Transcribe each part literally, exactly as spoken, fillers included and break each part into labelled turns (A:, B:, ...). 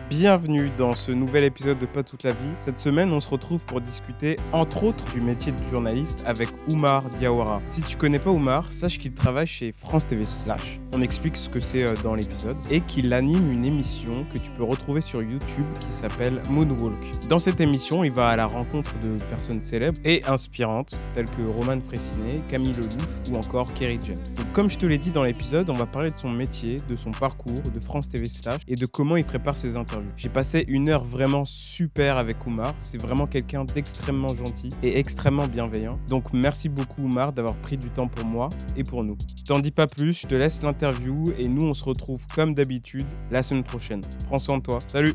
A: Bienvenue dans ce nouvel épisode de Pas toute la vie. Cette semaine, on se retrouve pour discuter entre autres du métier de journaliste avec Oumar Diawara. Si tu connais pas Oumar, sache qu'il travaille chez France T V Slash. On explique ce que c'est dans l'épisode et qu'il anime une émission que tu peux retrouver sur YouTube qui s'appelle Moonwalk. Dans cette émission, il va à la rencontre de personnes célèbres et inspirantes telles que Roman Frécinet, Camille Lelouch ou encore Kerry James. Donc, comme je te l'ai dit dans l'épisode, on va parler de son métier, de son parcours, de France T V Slash et de comment il prépare ses interviews. J'ai passé une heure vraiment super avec Oumar. C'est vraiment quelqu'un d'extrêmement gentil et extrêmement bienveillant. Donc merci beaucoup Oumar d'avoir pris du temps pour moi et pour nous. Je t'en dis pas plus, je te laisse l'interview et nous on se retrouve comme d'habitude la semaine prochaine. Prends soin de toi. Salut.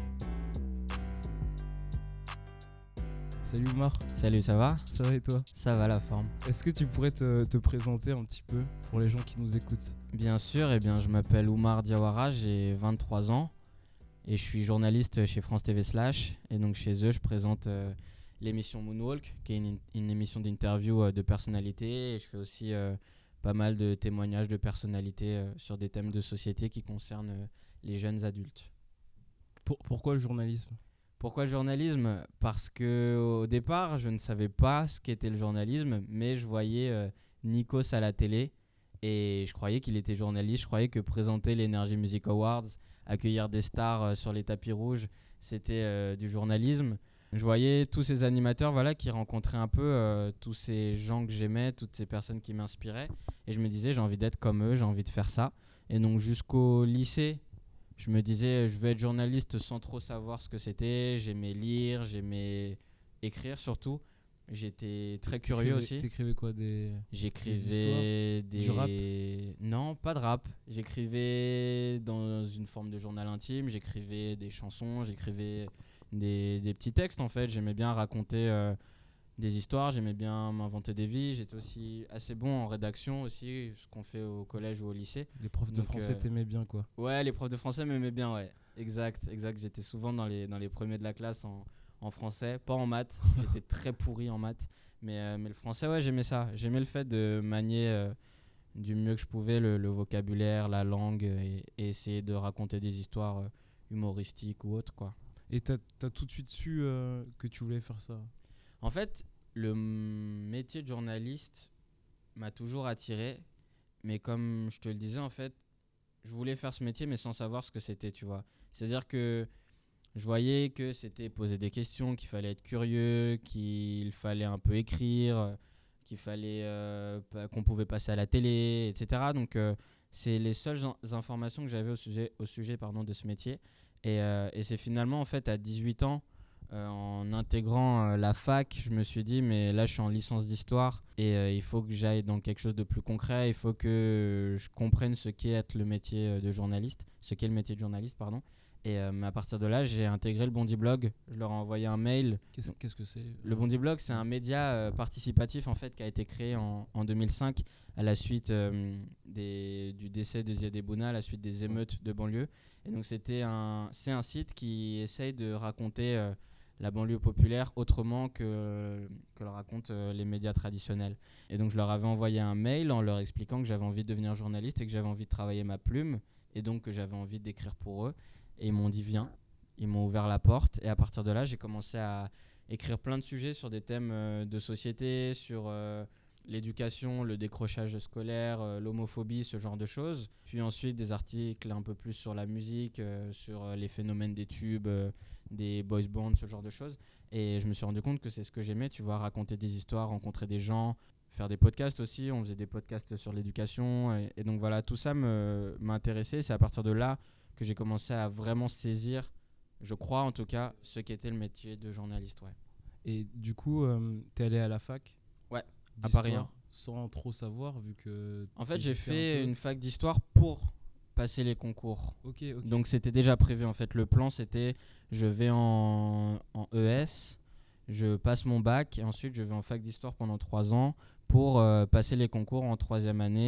B: Salut Oumar.
C: Salut, ça va?
B: Ça va et toi?
C: Ça va, la forme.
B: Est-ce que tu pourrais te, te présenter un petit peu pour les gens qui nous écoutent?
C: Bien sûr, eh bien, je m'appelle Oumar Diawara, j'ai vingt-trois ans et je suis journaliste chez France T V Slash. Et donc chez eux, je présente euh, l'émission Moonwalk, qui est une, une émission d'interview euh, de personnalités. Et je fais aussi euh, pas mal de témoignages de personnalités euh, sur des thèmes de société qui concernent euh, les jeunes adultes.
B: Pour, pourquoi le journalisme?
C: Pourquoi le journalisme? Parce qu'au départ, je ne savais pas ce qu'était le journalisme, mais je voyais euh, Nikos à la télé et je croyais qu'il était journaliste. Je croyais que présenter l'Energy Music Awards, accueillir des stars euh, sur les tapis rouges, c'était euh, du journalisme. Je voyais tous ces animateurs voilà, qui rencontraient un peu euh, tous ces gens que j'aimais, toutes ces personnes qui m'inspiraient. Et je me disais, j'ai envie d'être comme eux, j'ai envie de faire ça. Et donc jusqu'au lycée, je me disais, je veux être journaliste sans trop savoir ce que c'était. J'aimais lire, j'aimais écrire surtout. J'étais très curieux aussi.
B: T'écrivais quoi, des
C: J'écrivais
B: des,
C: des...
B: du rap?
C: Non, pas de rap. J'écrivais dans une forme de journal intime. J'écrivais des chansons, j'écrivais des, des petits textes en fait. J'aimais bien raconter euh, des histoires, j'aimais bien m'inventer des vies. J'étais aussi assez bon en rédaction aussi, ce qu'on fait au collège ou au lycée.
B: Les profs de
C: Donc,
B: français
C: euh,
B: t'aimaient bien quoi?
C: Ouais, les profs de français m'aimaient bien, ouais. Exact, exact. J'étais souvent dans les, dans les premiers de la classe en, en français, pas en maths. J'étais très pourri en maths. Mais, euh, mais le français, ouais, j'aimais ça. J'aimais le fait de manier euh, du mieux que je pouvais le, le vocabulaire, la langue et, et essayer de raconter des histoires euh, humoristiques ou autres, quoi.
B: Et t'as, t'as tout de suite su euh, que tu voulais faire ça?
C: En fait, le m- métier de journaliste m'a toujours attiré. Mais comme je te le disais, en fait, je voulais faire ce métier mais sans savoir ce que c'était, tu vois. C'est-à-dire que je voyais que c'était poser des questions, qu'il fallait être curieux, qu'il fallait un peu écrire, qu'il fallait euh, qu'on pouvait passer à la télé, et cetera. Donc euh, c'est les seules informations que j'avais au sujet, au sujet pardon, de ce métier. Et, euh, et c'est finalement en fait à dix-huit ans, euh, en intégrant euh, la fac, je me suis dit mais là je suis en licence d'histoire et euh, il faut que j'aille dans quelque chose de plus concret. Il faut que je comprenne ce qu'est être le métier de journaliste, ce qu'est le métier de journaliste, pardon. Et euh, à partir de là, j'ai intégré le Bondi Blog. Je leur ai envoyé un mail.
B: Qu'est-ce, qu'est-ce que c'est?
C: Le Bondi Blog, c'est un média euh, participatif en fait, qui a été créé en, en deux mille cinq à la suite euh, des, du décès de Ziad Ebouna, à la suite des émeutes de banlieue. Et donc, c'était un, c'est un site qui essaye de raconter euh, la banlieue populaire autrement que, que le racontent euh, les médias traditionnels. Et donc, je leur avais envoyé un mail en leur expliquant que j'avais envie de devenir journaliste et que j'avais envie de travailler ma plume et donc que j'avais envie d'écrire pour eux. Et ils m'ont dit viens, ils m'ont ouvert la porte et à partir de là j'ai commencé à écrire plein de sujets sur des thèmes euh, de société, sur euh, l'éducation, le décrochage scolaire, euh, l'homophobie, ce genre de choses. Puis ensuite des articles un peu plus sur la musique, euh, sur euh, les phénomènes des tubes, euh, des boys bands, ce genre de choses. Et je me suis rendu compte que c'est ce que j'aimais, tu vois, raconter des histoires, rencontrer des gens, faire des podcasts aussi. On faisait des podcasts sur l'éducation et, et donc voilà, tout ça me, m'intéressait. C'est à partir de là que j'ai commencé à vraiment saisir, je crois en tout cas, ce qu'était le métier de journaliste. Ouais.
B: Et du coup, euh, t'es allé à la fac?
C: Ouais, à
B: d'histoire,
C: Paris. Hein.
B: Sans trop savoir, vu que...
C: En fait, j'ai
B: t'hésitais un
C: fait
B: peu.
C: une fac d'histoire pour passer les concours.
B: Ok, ok.
C: Donc c'était déjà prévu. En fait, le plan c'était, je vais en, en E S, je passe mon bac et ensuite je vais en fac d'histoire pendant trois ans pour euh, passer les concours en troisième année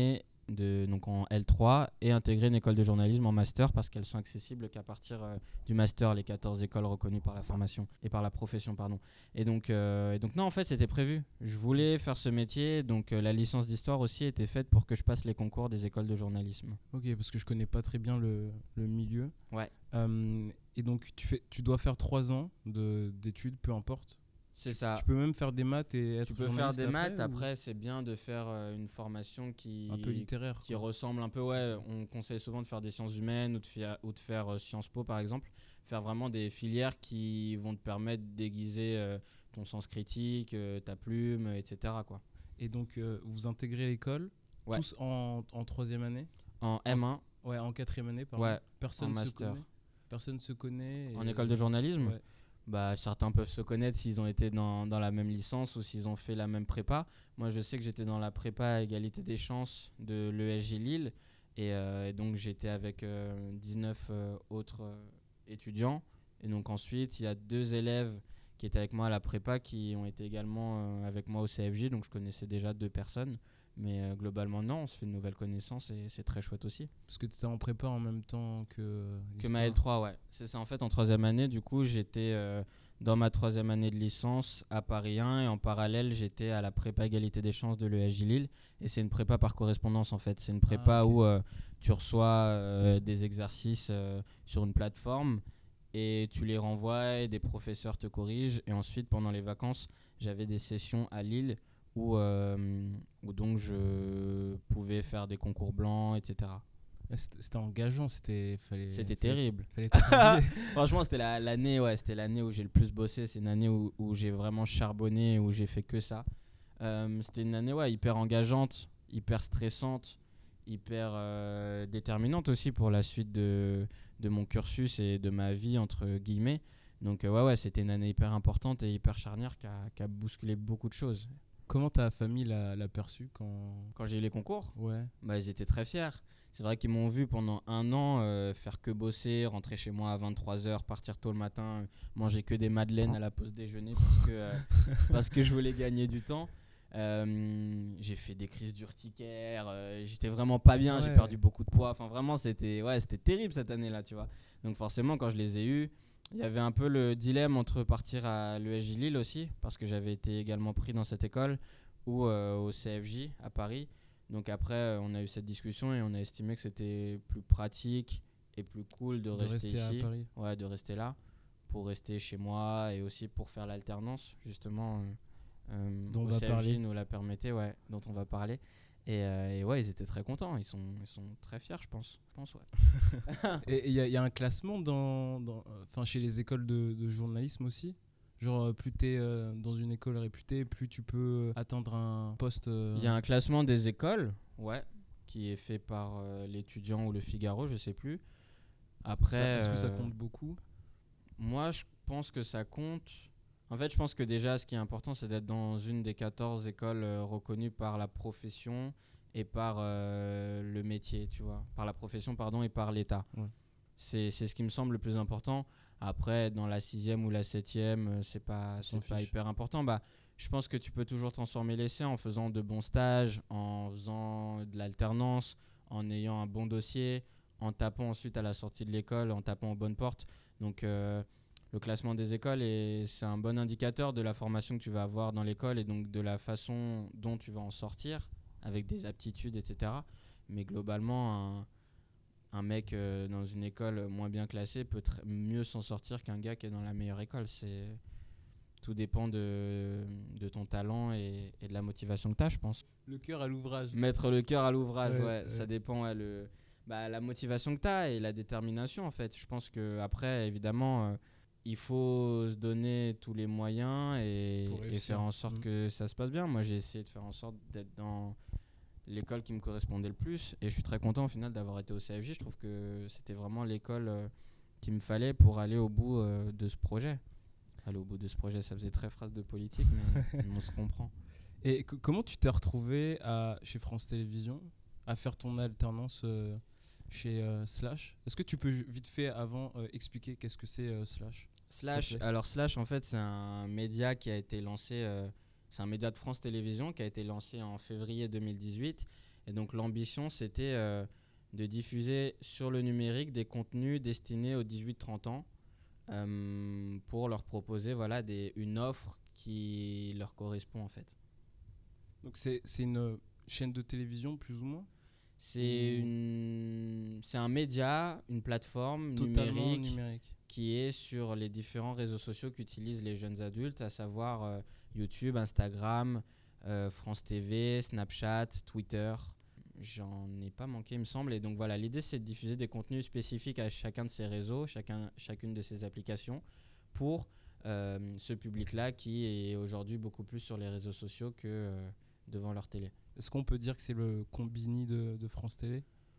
C: de, donc en L trois et intégrer une école de journalisme en master parce qu'elles sont accessibles qu'à partir euh, du master, les quatorze écoles reconnues par la formation et par la profession, pardon. Et donc, euh, et donc non, en fait, c'était prévu. Je voulais faire ce métier, donc euh, la licence d'histoire aussi était faite pour que je passe les concours des écoles de journalisme.
B: Ok, parce que je connais pas très bien le, le milieu.
C: Ouais.
B: Euh, et donc, tu, fais, tu dois faire trois ans de, d'études, peu importe.
C: C'est
B: tu,
C: ça.
B: Tu peux même faire des maths et être
C: Tu peux faire
B: journaliste
C: des
B: après,
C: maths,
B: ou
C: après c'est bien de faire euh, une formation qui,
B: un peu littéraire,
C: qui
B: quoi.
C: ressemble un peu, ouais, on conseille souvent de faire des sciences humaines ou de, fia- ou de faire euh, Sciences Po par exemple, faire vraiment des filières qui vont te permettre d'aiguiser euh, ton sens critique, euh, ta plume, et cetera quoi.
B: Et donc, euh, vous intégrez l'école,
C: Ouais.
B: tous en, en troisième année.
C: En M un,
B: Ouais, en quatrième année, pardon.
C: ouais,
B: Personne
C: en
B: se
C: master.
B: connaît. Personne se connaît. et-
C: En école de journalisme,
B: Ouais.
C: bah, certains peuvent se connaître s'ils ont été dans, dans la même licence ou s'ils ont fait la même prépa. Moi, je sais que j'étais dans la prépa à égalité des chances de l'E S J Lille. Et, euh, et donc, j'étais avec euh, dix-neuf euh, autres euh, étudiants. Et donc, ensuite, il y a deux élèves qui étaient avec moi à la prépa qui ont été également euh, avec moi au C F J. Donc, je connaissais déjà deux personnes. Mais euh, globalement, non, on se fait de nouvelles connaissances et c'est très chouette aussi.
B: Parce que tu étais en prépa en même temps que.
C: Que ma L trois, ouais. C'est ça, en fait, en troisième année, du coup, j'étais euh, dans ma troisième année de licence à Paris un et en parallèle, j'étais à la prépa égalité des chances de l'E S J Lille. Et c'est une prépa par correspondance, en fait. C'est une prépa
B: Ah, ok.
C: où euh, tu reçois euh, des exercices euh, sur une plateforme et tu les renvoies et des professeurs te corrigent. Et ensuite, pendant les vacances, j'avais des sessions à Lille où, euh, où donc je pouvais faire des concours blancs, et cetera.
B: C'était c'était engageant, c'était. Fallait,
C: C'était
B: fallait-
C: terrible.
B: Fallait travailler.
C: Franchement, c'était la- l'année ouais, c'était l'année où j'ai le plus bossé. C'est une année où, où j'ai vraiment charbonné, où j'ai fait que ça. Euh, c'était une année ouais, hyper engageante, hyper stressante, hyper euh, déterminante aussi pour la suite de, de mon cursus et de ma vie, entre guillemets. Donc, euh, ouais, ouais, c'était une année hyper importante et hyper charnière qui a, qui a bousculé beaucoup de choses.
B: Comment ta famille l'a, l'a perçu quand.
C: Quand j'ai eu les concours,
B: Ouais.
C: bah, ils étaient très fiers. C'est vrai qu'ils m'ont vu pendant un an euh, faire que bosser, rentrer chez moi à vingt-trois heures, partir tôt le matin, euh, manger que des madeleines à la pause déjeuner parce que, euh, parce que je voulais gagner du temps. Euh, j'ai fait des crises d'urticaire, euh, j'étais vraiment pas bien, j'ai
B: Ouais.
C: perdu beaucoup de poids. Enfin, vraiment, c'était, ouais, c'était terrible cette année-là, tu vois. Donc, forcément, quand je les ai eus, il y avait un peu le dilemme entre partir à l'E S J Lille aussi, parce que j'avais été également pris dans cette école, ou euh, au C F J à Paris. Donc après, euh, on a eu cette discussion et on a estimé que c'était plus pratique et plus cool de,
B: De
C: rester,
B: rester à
C: ici.
B: Paris.
C: Ouais, de rester là, pour rester chez moi et aussi pour faire l'alternance, justement. euh, euh,
B: Dont on
C: au
B: va
C: C F J
B: parler.
C: nous la permettait, ouais, dont on va parler. Et, euh, et ouais, ils étaient très contents, ils sont, ils sont très fiers, je pense. Je pense, ouais.
B: Et il y, a- y a un classement dans, dans, enfin, chez les écoles de, de journalisme aussi. Genre, euh, plus tu es dans une école réputée, plus tu peux atteindre un poste. euh,
C: Il y a un classement des écoles, ouais, qui est fait par euh, l'étudiant ou le Figaro, je sais plus. Après,
B: ça- Est-ce que ça
C: euh,
B: compte beaucoup?
C: moi, je pense que ça compte. En fait, je pense que déjà, ce qui est important, c'est d'être dans une des quatorze écoles euh, reconnues par la profession et par euh, le métier, tu vois. Par la profession, pardon, et par l'État.
B: Ouais.
C: C'est, c'est ce qui me semble le plus important. Après, dans la sixième ou la septième, euh, c'est pas,
B: On
C: c'est
B: s'en
C: pas
B: fiche.
C: hyper important. Bah, je pense que tu peux toujours transformer l'essai en faisant de bons stages, en faisant de l'alternance, en ayant un bon dossier, en tapant ensuite à la sortie de l'école, en tapant aux bonnes portes. Donc, euh, le classement des écoles, est, c'est un bon indicateur de la formation que tu vas avoir dans l'école et donc de la façon dont tu vas en sortir avec des aptitudes, et cetera. Mais globalement, un, un mec euh, dans une école moins bien classée peut tr- mieux s'en sortir qu'un gars qui est dans la meilleure école. C'est, tout dépend de, de ton talent et, et de la motivation que tu as, je pense.
B: Le cœur à l'ouvrage.
C: Mettre le cœur à l'ouvrage, ouais,
B: Ouais, ouais.
C: ça dépend. Ouais, le, bah, la motivation que tu as et la détermination, en fait. Je pense qu'après, évidemment, euh, il faut se donner tous les moyens et,
B: Pour
C: et
B: réussir.
C: faire en sorte
B: Mm.
C: que ça se passe bien. Moi, j'ai essayé de faire en sorte d'être dans l'école qui me correspondait le plus et je suis très content au final d'avoir été au C F J. Je trouve que c'était vraiment l'école euh, qu'il me fallait pour aller au bout euh, de ce projet. Aller au bout de ce projet, ça faisait très phrase de politique, mais on se comprend.
B: Et c- comment tu t'es retrouvé à, chez France Télévisions à faire ton alternance euh, chez euh, Slash? Est-ce que tu peux ju- vite fait avant euh, expliquer qu'est-ce que c'est euh, Slash? S'il te
C: Slash,
B: plaît.
C: alors Slash, en fait, c'est un média qui a été lancé, euh, c'est un média de France Télévisions qui a été lancé en février deux mille dix-huit. Et donc l'ambition, c'était euh, de diffuser sur le numérique des contenus destinés aux dix-huit trente ans euh, pour leur proposer voilà, des, une offre qui leur correspond en fait.
B: Donc c'est, c'est une chaîne de télévision plus ou moins?
C: C'est, une, c'est un média, une plateforme
B: Totalement
C: numérique,
B: numérique.
C: qui est sur les différents réseaux sociaux qu'utilisent les jeunes adultes, à savoir euh, YouTube, Instagram, euh, France T V, Snapchat, Twitter. J'en ai pas manqué, il me semble. Et donc voilà, l'idée c'est de diffuser des contenus spécifiques à chacun de ces réseaux, chacun, chacune de ces applications, pour euh, ce public-là qui est aujourd'hui beaucoup plus sur les réseaux sociaux que euh, devant leur télé.
B: Est-ce qu'on peut dire que c'est le Combini de, de France Télé?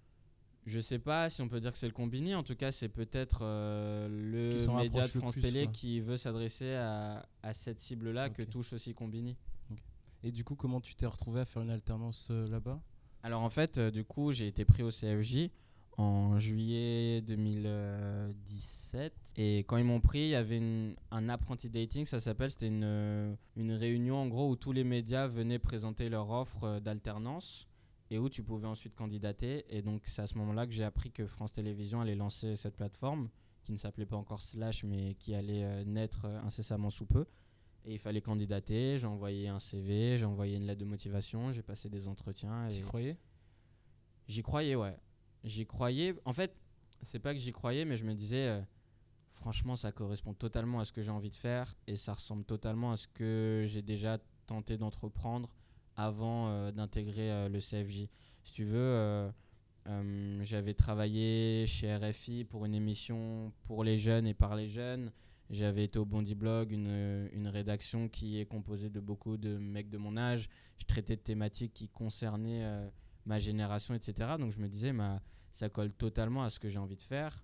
C: Je sais pas si on peut dire que c'est le Combini, en tout cas c'est peut-être euh,
B: Ce qui
C: le
B: s'en
C: média de
B: rapproche le
C: France
B: plus,
C: Télé
B: quoi.
C: qui veut s'adresser à, à cette cible-là que
B: Ok.
C: touche aussi Combini.
B: Et du coup, comment tu t'es retrouvé à faire une alternance euh, là-bas?
C: Alors en fait, euh, du coup, j'ai été pris au C F J en juillet deux mille dix-sept. Et quand ils m'ont pris, il y avait une- un apprenti dating, ça s'appelle. C'était une, euh, une réunion en gros où tous les médias venaient présenter leur offre euh, d'alternance et où tu pouvais ensuite candidater. Et donc c'est à ce moment-là que j'ai appris que France Télévisions allait lancer cette plateforme qui ne s'appelait pas encore Slash mais qui allait euh, naître euh, incessamment sous peu. Et il fallait candidater, j'ai envoyé un C V, j'ai envoyé une lettre de motivation, j'ai passé des entretiens.
B: Tu
C: Et
B: y croyais?
C: j'y croyais, ouais. J'y croyais. En fait, c'est pas que j'y croyais, mais je me disais, euh, franchement, ça correspond totalement à ce que j'ai envie de faire et ça ressemble totalement à ce que j'ai déjà tenté d'entreprendre avant euh, d'intégrer euh, le C F J. Si tu veux, euh, euh, j'avais travaillé chez R F I pour une émission pour les jeunes et par les jeunes. J'avais été au Bondi Blog, une, une rédaction qui est composée de beaucoup de mecs de mon âge. Je traitais de thématiques qui concernaient euh, ma génération, et cetera. Donc je me disais, bah, ça colle totalement à ce que j'ai envie de faire.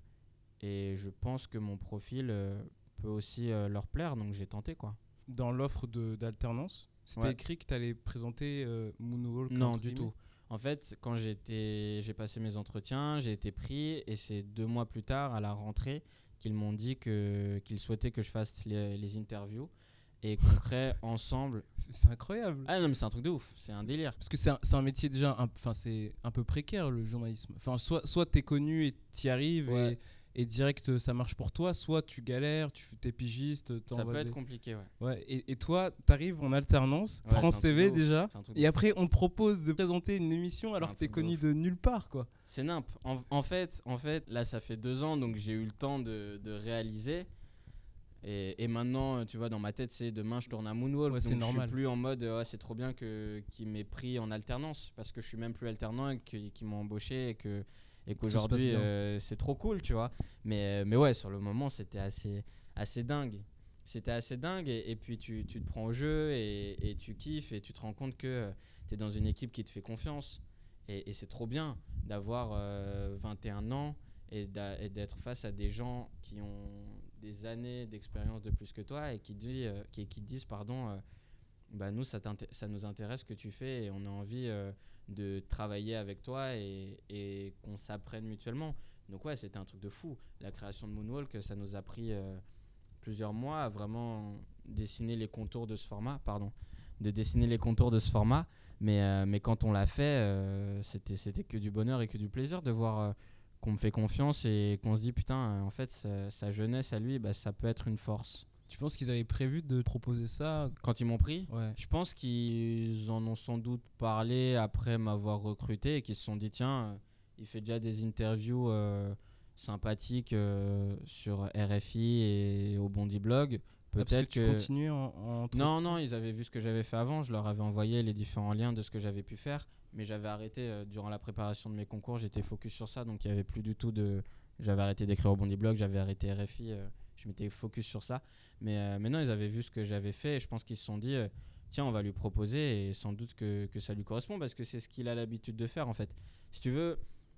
C: Et je pense que mon profil euh, peut aussi euh, leur plaire, donc j'ai tenté quoi.
B: Dans l'offre de, d'alternance, c'était
C: Ouais.
B: écrit que tu allais présenter euh, Moonwalk?
C: Non,
B: entre
C: du
B: guillemets.
C: tout. En fait, quand j'ai, été, j'ai passé mes entretiens, j'ai été pris et c'est deux mois plus tard, à la rentrée, qu'ils m'ont dit que, qu'ils souhaitaient que je fasse les, les interviews et qu'on crée ensemble.
B: C'est, c'est incroyable.
C: Ah non, mais c'est un truc de ouf, c'est un délire.
B: Parce que c'est un, c'est un métier déjà, un- enfin c'est un peu précaire le journalisme. Enfin soit soit t'es connu et t'y arrives
C: Ouais.
B: et, et direct ça marche pour toi, soit tu galères, tu t'es pigiste,
C: Ça
B: t'envoies
C: peut être
B: des-
C: compliqué, ouais.
B: Ouais. Et, et toi t'arrives en alternance,
C: Ouais,
B: France
C: c'est un truc
B: T V
C: de ouf,
B: déjà,
C: c'est un truc de
B: et
C: ouf.
B: après on te propose de présenter une émission
C: C'est
B: alors
C: un
B: que t'es
C: truc de
B: connu
C: ouf.
B: de nulle part quoi.
C: C'est nimp. En, en fait, en fait, là, ça fait deux ans, donc j'ai eu le temps de, de réaliser. Et, et maintenant, tu vois, dans ma tête, c'est demain, je tourne à Moonwalk.
B: Ouais, c'est
C: donc je
B: normal.
C: suis plus en mode, euh, ouais, c'est trop bien que, qu'il m'ait pris en alternance. Parce que je suis même plus alternant et que- qu'ils m'ont embauché et, que, et
B: se
C: qu'aujourd'hui,
B: passe bien.
C: euh, c'est trop cool, tu vois. Mais, mais ouais, sur le moment, c'était assez, assez dingue. C'était assez dingue. Et, et puis, tu, tu te prends au jeu et, et tu kiffes et tu te rends compte que tu es dans une équipe qui te fait confiance. Et, et c'est trop bien d'avoir euh, vingt et un ans et, d'a- et d'être face à des gens qui ont des années d'expérience de plus que toi et qui, dit, euh, qui, qui te disent pardon, euh, bah nous ça, t'inté- ça nous intéresse ce que tu fais et on a envie euh, de travailler avec toi et, et qu'on s'apprenne mutuellement. Donc ouais, c'était un truc de fou. La création de Moonwalk, ça nous a pris euh, plusieurs mois à vraiment dessiner les contours de ce format, pardon, de dessiner les contours de ce format. Mais, euh, mais quand on l'a fait, euh, c'était, c'était que du bonheur et que du plaisir de voir euh, qu'on me fait confiance et qu'on se dit putain, euh, en fait, sa, sa jeunesse à lui, bah, ça peut être une force.
B: Tu penses qu'ils avaient prévu de proposer ça?
C: Quand ils m'ont pris,
B: Ouais.
C: je pense qu'ils en ont sans doute parlé après m'avoir recruté et qu'ils se sont dit tiens, euh, il fait déjà des interviews euh, sympathiques euh, sur R F I et au Bondi Blog.
B: Ah, parce que
C: Peut-être
B: tu
C: que...
B: continuais en, en
C: Non, non, ils avaient vu ce que j'avais fait avant. Je leur avais envoyé les différents liens de ce que j'avais pu faire. Mais j'avais arrêté euh, durant la préparation de mes concours. J'étais focus sur ça. Donc il n'y avait plus du tout de. J'avais arrêté d'écrire au Bondi Blog. J'avais arrêté R F I. euh, je m'étais focus sur ça. Mais, euh, mais non, ils avaient vu ce que j'avais fait. Et je pense qu'ils se sont dit euh, tiens, on va lui proposer. Et sans doute que, que ça lui correspond. Parce que c'est ce qu'il a l'habitude de faire en fait. Si tu veux,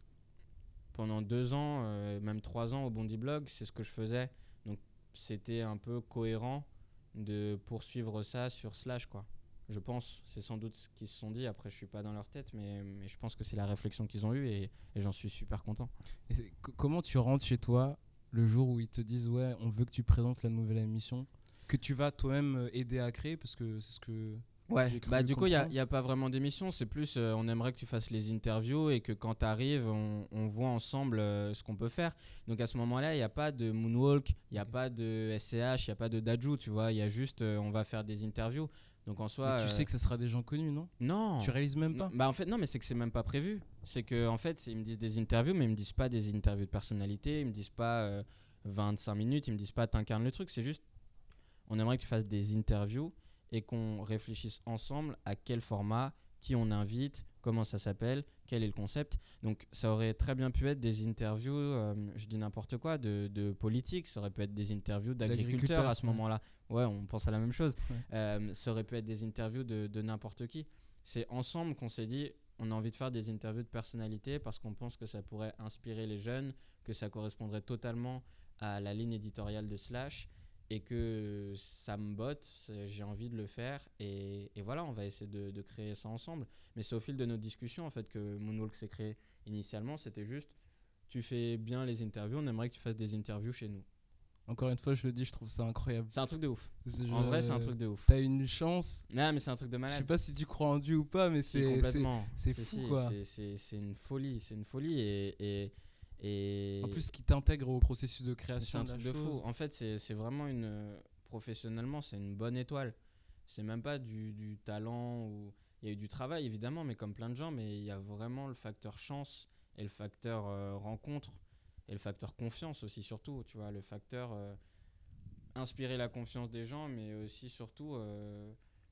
C: pendant deux ans, euh, même trois ans au Bondi Blog, c'est ce que je faisais. Donc c'était un peu cohérent de poursuivre ça sur Slash quoi. Je pense, c'est sans doute ce qu'ils se sont dit. Après, je suis pas dans leur tête, mais, mais je pense que c'est la réflexion qu'ils ont eue et, et j'en suis super content.
B: Et c'est- co- comment tu rentres chez toi le jour où ils te disent ouais, on veut que tu présentes la nouvelle émission que tu vas toi-même euh, aider à créer parce que c'est ce que
C: Ouais,
B: J'ai cru
C: bah du coup, il n'y a,
B: comprendre.
C: y a pas vraiment d'émission. C'est plus, euh, on aimerait que tu fasses les interviews et que quand tu arrives, on, on voit ensemble euh, ce qu'on peut faire. Donc à ce moment-là, il n'y a pas de moonwalk, il n'y a
B: Ok.
C: pas de S C H, il n'y a pas de Daju, tu vois. Il y a juste, euh, on va faire des interviews. Donc en soi.
B: Mais tu
C: euh,
B: sais que ce sera des gens connus, non?
C: Non.
B: Tu réalises même
C: Non,
B: pas?
C: bah en fait, non, mais c'est que c'est même pas prévu. C'est que en fait, c'est- ils me disent des interviews, mais ils me disent pas des interviews de personnalité. Ils me disent pas euh, vingt-cinq minutes. Ils me disent pas t'incarnes le truc. C'est juste, on aimerait que tu fasses des interviews et qu'on réfléchisse ensemble à quel format, qui on invite, comment ça s'appelle, quel est le concept. Donc ça aurait très bien pu être des interviews, euh, je dis n'importe quoi, de, de politique, ça aurait pu être des interviews d'agriculteurs
B: D'agriculteurs,
C: à ce
B: ouais.
C: moment-là. Ouais, on pense à la même chose.
B: Ouais.
C: Euh, ça aurait pu être des interviews de, de n'importe qui. C'est ensemble qu'on s'est dit, on a envie de faire des interviews de personnalité parce qu'on pense que ça pourrait inspirer les jeunes, que ça correspondrait totalement à la ligne éditoriale de Slash et que ça me botte, c'est- j'ai envie de le faire et, et voilà, on va essayer de, de créer ça ensemble. Mais c'est au fil de nos discussions en fait que Moonwalk s'est créé. Initialement, c'était juste, tu fais bien les interviews, on aimerait que tu fasses des interviews chez nous.
B: Encore une fois, je le dis, je trouve ça incroyable.
C: C'est un truc de ouf.
B: C'est
C: En
B: genre,
C: vrai, c'est un
B: euh,
C: truc de ouf.
B: T'as une chance.
C: Non, mais c'est un truc de
B: Je
C: malade.
B: sais pas si tu crois en Dieu ou pas, mais
C: Si,
B: c'est c'est-
C: complètement.
B: c'est
C: Si,
B: fou,
C: si,
B: quoi.
C: c'est- C'est c'est une folie, c'est une folie et, et, et
B: En plus, qui t'intègre au processus de
C: c'est
B: création
C: un
B: de la
C: truc de fou.
B: chose.
C: En fait, c'est c'est vraiment une euh, professionnellement, c'est une bonne étoile. C'est même pas du, du talent ou il y a eu du travail évidemment, mais comme plein de gens, mais il y a vraiment le facteur chance et le facteur euh, rencontre et le facteur confiance aussi surtout. Tu vois, le facteur euh, inspirer la confiance des gens, mais aussi surtout euh,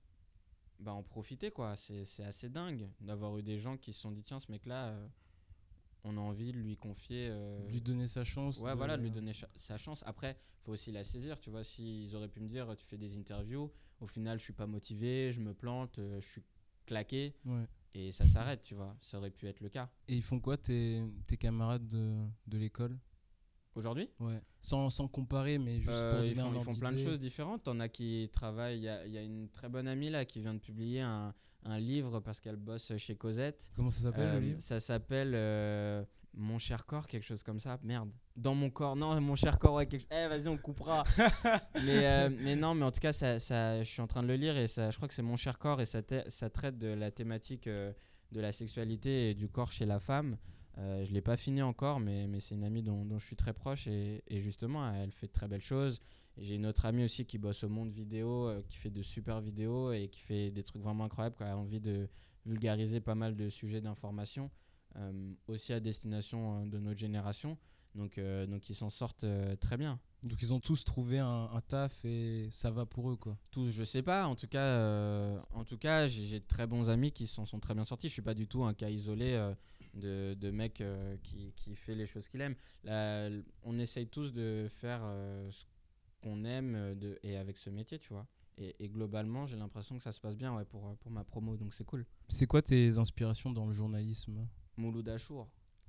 C: bah, en profiter quoi. C'est c'est assez dingue d'avoir eu des gens qui se sont dit tiens ce mec là. On a envie de lui confier. euh,
B: Lui donner sa chance.
C: Ouais,
B: de-
C: voilà, de lui donner cha- sa chance. Après, faut aussi la saisir. Tu vois, s'ils auraient pu me dire, tu fais des interviews, au final, je suis pas motivé, je me plante, euh, je suis claqué,
B: Ouais.
C: et ça s'arrête, tu vois. Ça aurait pu être le cas.
B: Et ils font quoi, tes, tes camarades de, de l'école?
C: Aujourd'hui,
B: Ouais. Sans, sans comparer, mais juste
C: euh,
B: pour donner
C: ils font,
B: un
C: ils
B: ordre
C: font plein de
B: d'idée.
C: choses différentes. T'en as qui travaillent. Il y a, il y a une très bonne amie là qui vient de publier un, un livre parce qu'elle bosse chez Cosette.
B: Comment ça s'appelle
C: Euh,
B: le livre?
C: Ça s'appelle euh, Mon cher corps, quelque chose comme ça. Merde. Dans mon corps. Non, mon cher corps, ouais. Quelque... Eh, vas-y, on coupera. mais, euh, mais non, mais en tout cas, ça, ça, je suis en train de le lire et ça, je crois que c'est Mon cher corps et ça, ta- ça traite de la thématique euh, de la sexualité et du corps chez la femme. Euh, je ne l'ai pas fini encore, mais, mais c'est une amie dont, dont je suis très proche et, et justement, elle fait de très belles choses. Et j'ai une autre amie aussi qui bosse au monde vidéo, euh, qui fait de super vidéos et qui fait des trucs vraiment incroyables, qui a envie de vulgariser pas mal de sujets d'information, euh, aussi à destination euh, de notre génération. Donc, euh, donc ils s'en sortent euh, très bien.
B: Donc ils ont tous trouvé un, un taf et ça va pour eux, quoi.
C: Tous, je sais pas. En tout cas, euh, en tout cas, j'ai, j'ai de très bons amis qui s'en sont très bien sortis. Je suis pas du tout un cas isolé euh, de, de mec euh, qui, qui fait les choses qu'il aime. Là, l- on essaye tous de faire euh, ce qu'on aime euh, de, et avec ce métier, tu vois. Et, et globalement, j'ai l'impression que ça se passe bien ouais, pour, pour ma promo, donc c'est cool.
B: C'est quoi tes inspirations dans le journalisme?
C: Mouloud Achour.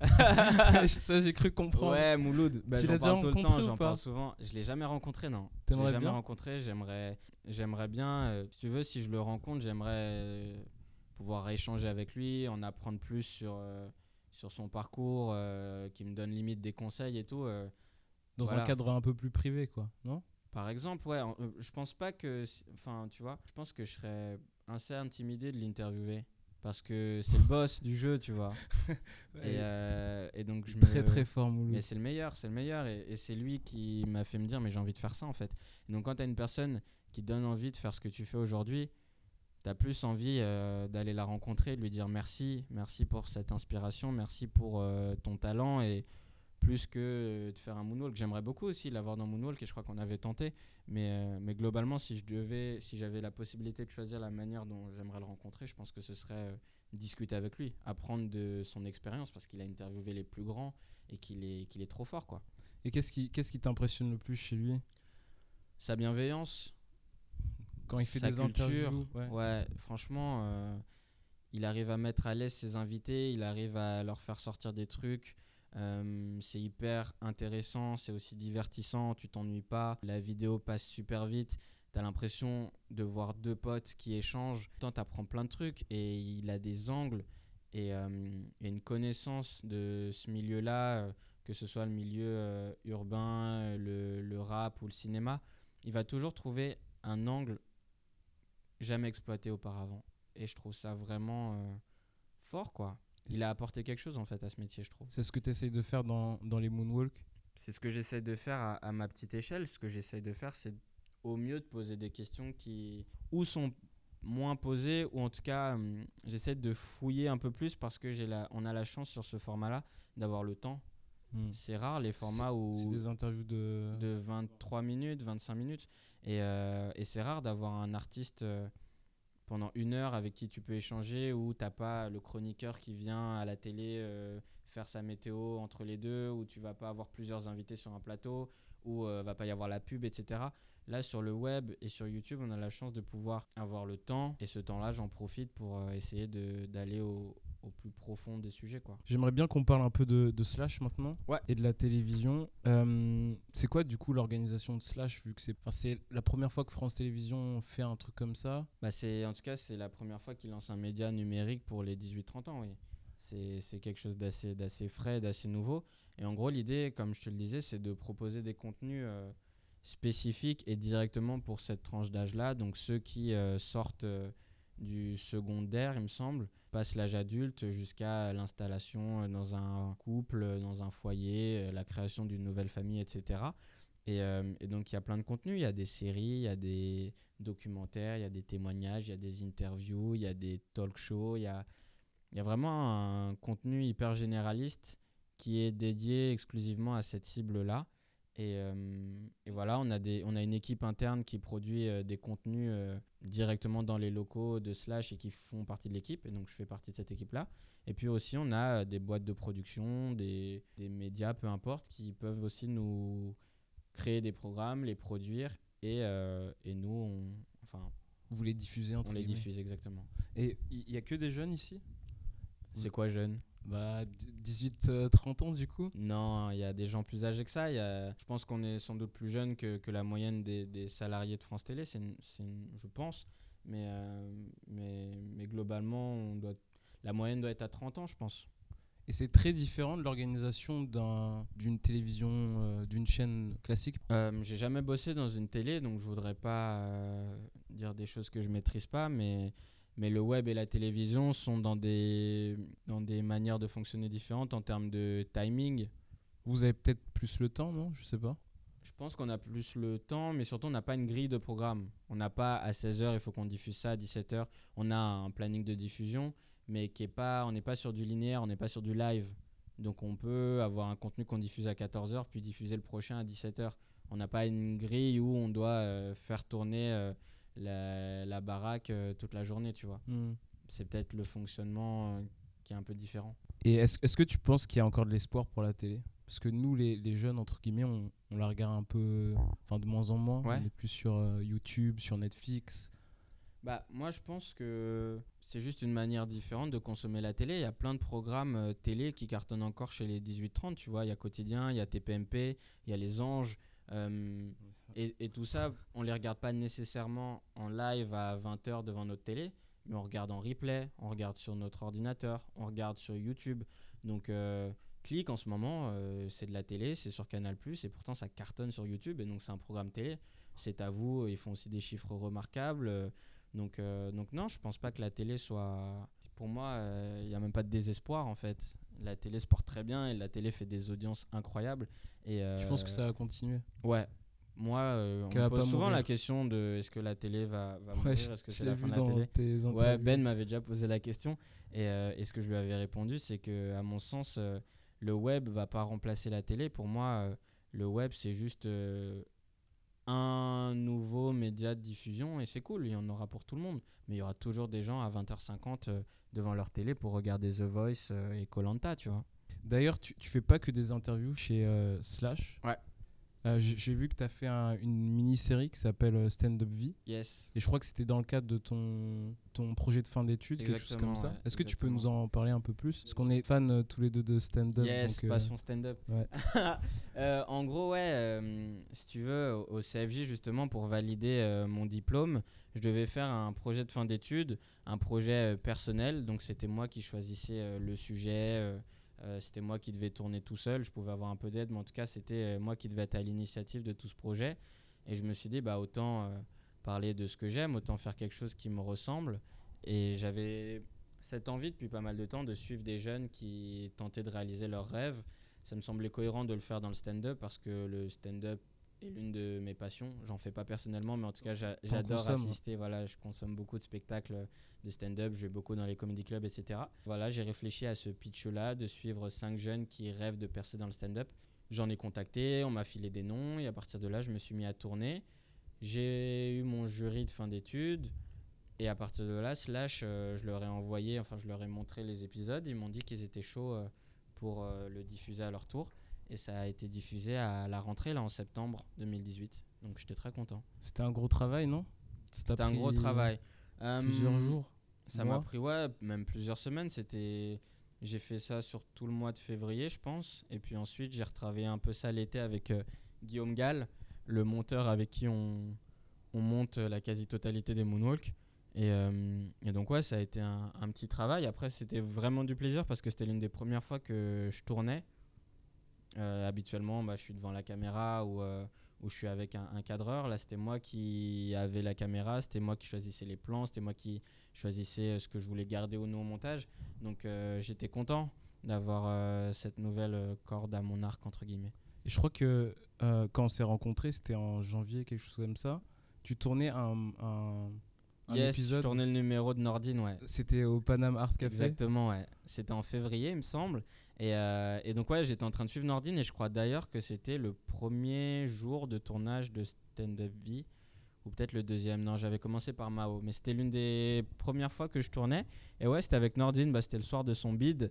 B: Ça, j'ai cru comprendre.
C: Ouais, Mouloud. Bah,
B: Tu
C: j'en
B: l'as déjà
C: parle tout le
B: rencontré
C: temps,
B: ou
C: j'en
B: pas?
C: parle souvent. Je l'ai jamais rencontré, non. Je
B: T'aimerais
C: l'ai jamais
B: bien?
C: rencontré. J'aimerais, j'aimerais bien. euh, si tu veux, si je le rencontre, j'aimerais euh, pouvoir échanger avec lui, en apprendre plus sur euh, sur son parcours, euh, qui me donne limite des conseils et tout. euh.
B: Dans
C: Voilà.
B: un cadre un peu plus privé, quoi, non?
C: Par exemple, ouais. en- euh, je pense pas que, si- enfin, tu vois, je pense que je serais assez intimidé de l'interviewer parce que c'est le boss du jeu, tu vois. Et, euh, et donc je
B: Très
C: me-
B: très fort, Mouloud.
C: Mais c'est le meilleur, c'est le meilleur. Et, et c'est lui qui m'a fait me dire, mais j'ai envie de faire ça en fait. Et donc quand tu as une personne qui te donne envie de faire ce que tu fais aujourd'hui, tu as plus envie euh, d'aller la rencontrer, de lui dire merci, merci pour cette inspiration, merci pour euh, ton talent. Et plus que euh, de faire un moonwalk. J'aimerais beaucoup aussi l'avoir dans Moonwalk et je crois qu'on avait tenté. Mais, euh, mais globalement, si je devais, si j'avais la possibilité de choisir la manière dont j'aimerais le rencontrer, je pense que ce serait euh, discuter avec lui, apprendre de son expérience parce qu'il a interviewé les plus grands et qu'il est, qu'il est trop fort, quoi.
B: Et qu'est-ce qui qu'est-ce qui t'impressionne le plus chez lui
C: Sa bienveillance,
B: quand il fait
C: sa
B: des
C: culture,
B: interviews? Ouais.
C: ouais, franchement, euh, il arrive à mettre à l'aise ses invités, il arrive à leur faire sortir des trucs. Euh, c'est hyper intéressant, c'est aussi divertissant, tu t'ennuies pas, la vidéo passe super vite, t'as l'impression de voir deux potes qui échangent, tu apprends plein de trucs et il a des angles et, euh, et une connaissance de ce milieu-là, euh, que ce soit le milieu euh, urbain, le, le rap ou le cinéma, il va toujours trouver un angle jamais exploité auparavant. Et je trouve ça vraiment euh, fort, quoi. Il a apporté quelque chose, en fait, à ce métier, je trouve.
B: C'est ce que tu essayes de faire dans, dans les moonwalks.
C: C'est ce que j'essaie de faire à, à ma petite échelle. Ce que j'essaie de faire, c'est au mieux de poser des questions qui ou sont moins posées, ou en tout cas, hum, j'essaie de fouiller un peu plus parce que j'ai la, on a la chance sur ce format-là d'avoir le temps.
B: Hmm.
C: C'est rare les formats
B: C'est-
C: où
B: C'est des interviews de.
C: de vingt-trois minutes, vingt-cinq minutes. Et, euh, et c'est rare d'avoir un artiste euh, pendant une heure avec qui tu peux échanger, où t'as pas le chroniqueur qui vient à la télé euh, faire sa météo entre les deux, où tu vas pas avoir plusieurs invités sur un plateau, où euh, va pas y avoir la pub, et cetera. Là, sur le web et sur YouTube, on a la chance de pouvoir avoir le temps. Et ce temps-là, j'en profite pour euh, essayer de, d'aller au, au plus profond des sujets, quoi.
B: J'aimerais bien qu'on parle un peu de, de Slash maintenant.
C: Ouais.
B: Et de la télévision. Euh, c'est quoi du coup l'organisation de Slash, vu que c'est, enfin, c'est la première fois que France Télévisions fait un truc comme ça?
C: Bah c'est, en tout cas, c'est la première fois qu'il lance un média numérique pour les dix-huit trente ans, oui. C'est, c'est quelque chose d'assez, d'assez frais, d'assez nouveau. Et en gros, l'idée, comme je te le disais, c'est de proposer des contenus euh, spécifiques et directement pour cette tranche d'âge-là. Donc ceux qui euh, sortent euh, du secondaire, il me semble, passent l'âge adulte jusqu'à l'installation euh, dans un couple, euh, dans un foyer, euh, la création d'une nouvelle famille, et cetera. Et, euh, et donc il y a plein de contenus, il y a des séries, il y a des documentaires, il y a des témoignages, il y a des interviews, il y a des talk shows, il y a, il y a vraiment un contenu hyper généraliste qui est dédié exclusivement à cette cible-là. Et, euh, et voilà, on a, des, on a une équipe interne qui produit euh, des contenus euh, directement dans les locaux de Slash et qui font partie de l'équipe. Et donc, je fais partie de cette équipe-là. Et puis aussi, on a euh, des boîtes de production, des, des médias, peu importe, qui peuvent aussi nous créer des programmes, les produire. Et, euh, et nous, on, enfin,
B: Vous les diffusez entre
C: on les
B: guillemets.
C: diffuse exactement.
B: Et il y, y a que des jeunes ici?
C: C'est quoi jeune?
B: Bah dix-huit trente ans du coup.
C: Non, il y a des gens plus âgés que ça. Il y a, je pense qu'on est sans doute plus jeune que, que la moyenne des, des salariés de France Télé, c'est une- c'est une- je pense. Mais, euh, mais, mais globalement, on doit, la moyenne doit être à trente ans, je pense.
B: Et c'est très différent de l'organisation d'un, d'une télévision, euh, d'une chaîne classique.
C: Euh, j'ai jamais bossé dans une télé, donc je voudrais pas euh, dire des choses que je maîtrise pas, mais, mais le web et la télévision sont dans des, dans des manières de fonctionner différentes en termes de timing.
B: Vous avez peut-être plus le temps, non? Je sais pas.
C: Je pense qu'on a plus le temps, mais surtout on n'a pas une grille de programme. On n'a pas à seize heures, il faut qu'on diffuse ça, à dix-sept heures. On a un planning de diffusion, mais qui est pas, on n'est pas sur du linéaire, on n'est pas sur du live. Donc on peut avoir un contenu qu'on diffuse à quatorze heures, puis diffuser le prochain à dix-sept heures. On n'a pas une grille où on doit euh, faire tourner euh, la, la baraque euh, toute la journée, tu vois.
B: Hmm.
C: C'est peut-être le fonctionnement euh, qui est un peu différent.
B: Et est-ce, est-ce que tu penses qu'il y a encore de l'espoir pour la télé? Parce que nous, les, les jeunes, entre guillemets, on, on la regarde un peu, enfin de moins en moins.
C: Ouais.
B: On est plus sur euh, YouTube, sur Netflix.
C: Bah, moi, je pense que c'est juste une manière différente de consommer la télé. Il y a plein de programmes euh, télé qui cartonnent encore chez les dix-huit trente, tu vois. Il y a Quotidien, il y a T P M P, il y a Les Anges. euh, et, et tout ça, on ne les regarde pas nécessairement en live à vingt heures devant notre télé, mais on regarde en replay, on regarde sur notre ordinateur, on regarde sur YouTube. Donc, euh, Click, en ce moment, euh, c'est de la télé, c'est sur Canal plus, et pourtant, ça cartonne sur YouTube. Et donc, c'est un programme télé. C'est à vous, ils font aussi des chiffres remarquables. euh, Donc, euh, donc non, je pense pas que la télé soit... Pour moi, il n'y a même pas de désespoir en fait. La télé se porte très bien et la télé fait des audiences incroyables. Et, euh,
B: Je pense que ça va continuer.
C: Ouais. Moi, euh, on
B: Qu'elle
C: me
B: va
C: pose
B: pas
C: souvent
B: mourir.
C: la question de est-ce que la télé va, va
B: Ouais,
C: mourir,
B: je,
C: est-ce que
B: je
C: c'est
B: l'ai
C: la fin
B: vu
C: de la
B: dans
C: télé.
B: tes interviews.
C: Ouais, Ben m'avait déjà posé la question. Et, euh, et ce que je lui avais répondu, c'est que, à mon sens, euh, le web va pas remplacer la télé. Pour moi, euh, le web, c'est juste euh, un nouveau média de diffusion et c'est cool, il y en aura pour tout le monde. Mais il y aura toujours des gens à vingt heures cinquante euh, devant leur télé pour regarder The Voice euh, et koh Lanta, tu vois.
B: D'ailleurs, tu, tu fais pas que des interviews chez euh, Slash.
C: Ouais.
B: Euh, j'ai, j'ai vu que tu as fait un- une mini-série qui s'appelle euh, Stand Up Vie.
C: Yes.
B: Et je crois que c'était dans le cadre de ton, ton projet de fin d'études, quelque chose
C: Exactement,
B: comme ça.
C: ouais,
B: Est-ce que tu peux
C: exactement.
B: nous en parler un peu plus? Parce qu'on est fans euh, tous les deux de stand-up.
C: Yes,
B: donc, euh,
C: passion stand-up.
B: ouais.
C: Euh, en gros, ouais, euh, si tu veux, au, au C F J, justement, pour valider euh, mon diplôme, je devais faire un projet de fin d'études, un projet euh, personnel. Donc, c'était moi qui choisissais euh, le sujet. euh, euh, c'était moi qui devais tourner tout seul. Je pouvais avoir un peu d'aide, mais en tout cas, c'était euh, moi qui devais être à l'initiative de tout ce projet. Et je me suis dit, bah, autant euh, parler de ce que j'aime, autant faire quelque chose qui me ressemble. Et j'avais cette envie depuis pas mal de temps de suivre des jeunes qui tentaient de réaliser leurs rêves. Ça me semblait cohérent de le faire dans le stand-up parce que le stand-up est l'une de mes passions. J'en fais pas personnellement, mais en tout cas, j'a- j'adore assister. Voilà, je consomme beaucoup de spectacles de stand-up, je vais beaucoup dans les comedy clubs, et cetera. Voilà, j'ai réfléchi à ce pitch-là, de suivre cinq jeunes qui rêvent de percer dans le stand-up. J'en ai contacté, on m'a filé des noms, et à partir de là, je me suis mis à tourner. J'ai eu mon jury de fin d'études, et à partir de là, Slash, euh, je leur ai envoyé, enfin, je leur ai montré les épisodes, ils m'ont dit qu'ils étaient chauds euh, pour euh, le diffuser à leur tour. Et ça a été diffusé à la rentrée, là, en septembre deux mille dix-huit. Donc j'étais très content.
B: C'était un gros travail, non? Ça t'a
C: C'était un
B: pris
C: gros travail. Euh,
B: Plusieurs jours.
C: Ça
B: mois
C: m'a pris, ouais, même plusieurs semaines. C'était... J'ai fait ça sur tout le mois de février, je pense. Et puis ensuite, j'ai retravaillé un peu ça l'été avec euh, Guillaume Gall, le monteur avec qui on, on monte la quasi-totalité des Moonwalk. Et, euh, et donc, ouais, ça a été un, un petit travail. Après, c'était vraiment du plaisir parce que c'était l'une des premières fois que je tournais. Euh, habituellement, bah, je suis devant la caméra ou, euh, ou je suis avec un, un cadreur. Là, c'était moi qui avais la caméra, c'était moi qui choisissais les plans, c'était moi qui choisissais ce que je voulais garder ou non au montage. Donc, euh, j'étais content d'avoir euh, cette nouvelle euh, corde à mon arc, entre guillemets.
B: Et je crois que euh, quand on s'est rencontrés, c'était en janvier, quelque chose comme ça. Tu tournais un, un, un
C: yes,
B: épisode.
C: je tournais le numéro de Nordine, ouais.
B: C'était au Paname Art Café.
C: Exactement, ouais. C'était en février, il me semble. Et, euh, et donc, ouais, j'étais en train de suivre Nordine et je crois d'ailleurs que c'était le premier jour de tournage de Stand Up V, ou peut-être le deuxième. Non, j'avais commencé par Mao, mais c'était l'une des premières fois que je tournais. Et ouais, c'était avec Nordine, bah, c'était le soir de son bid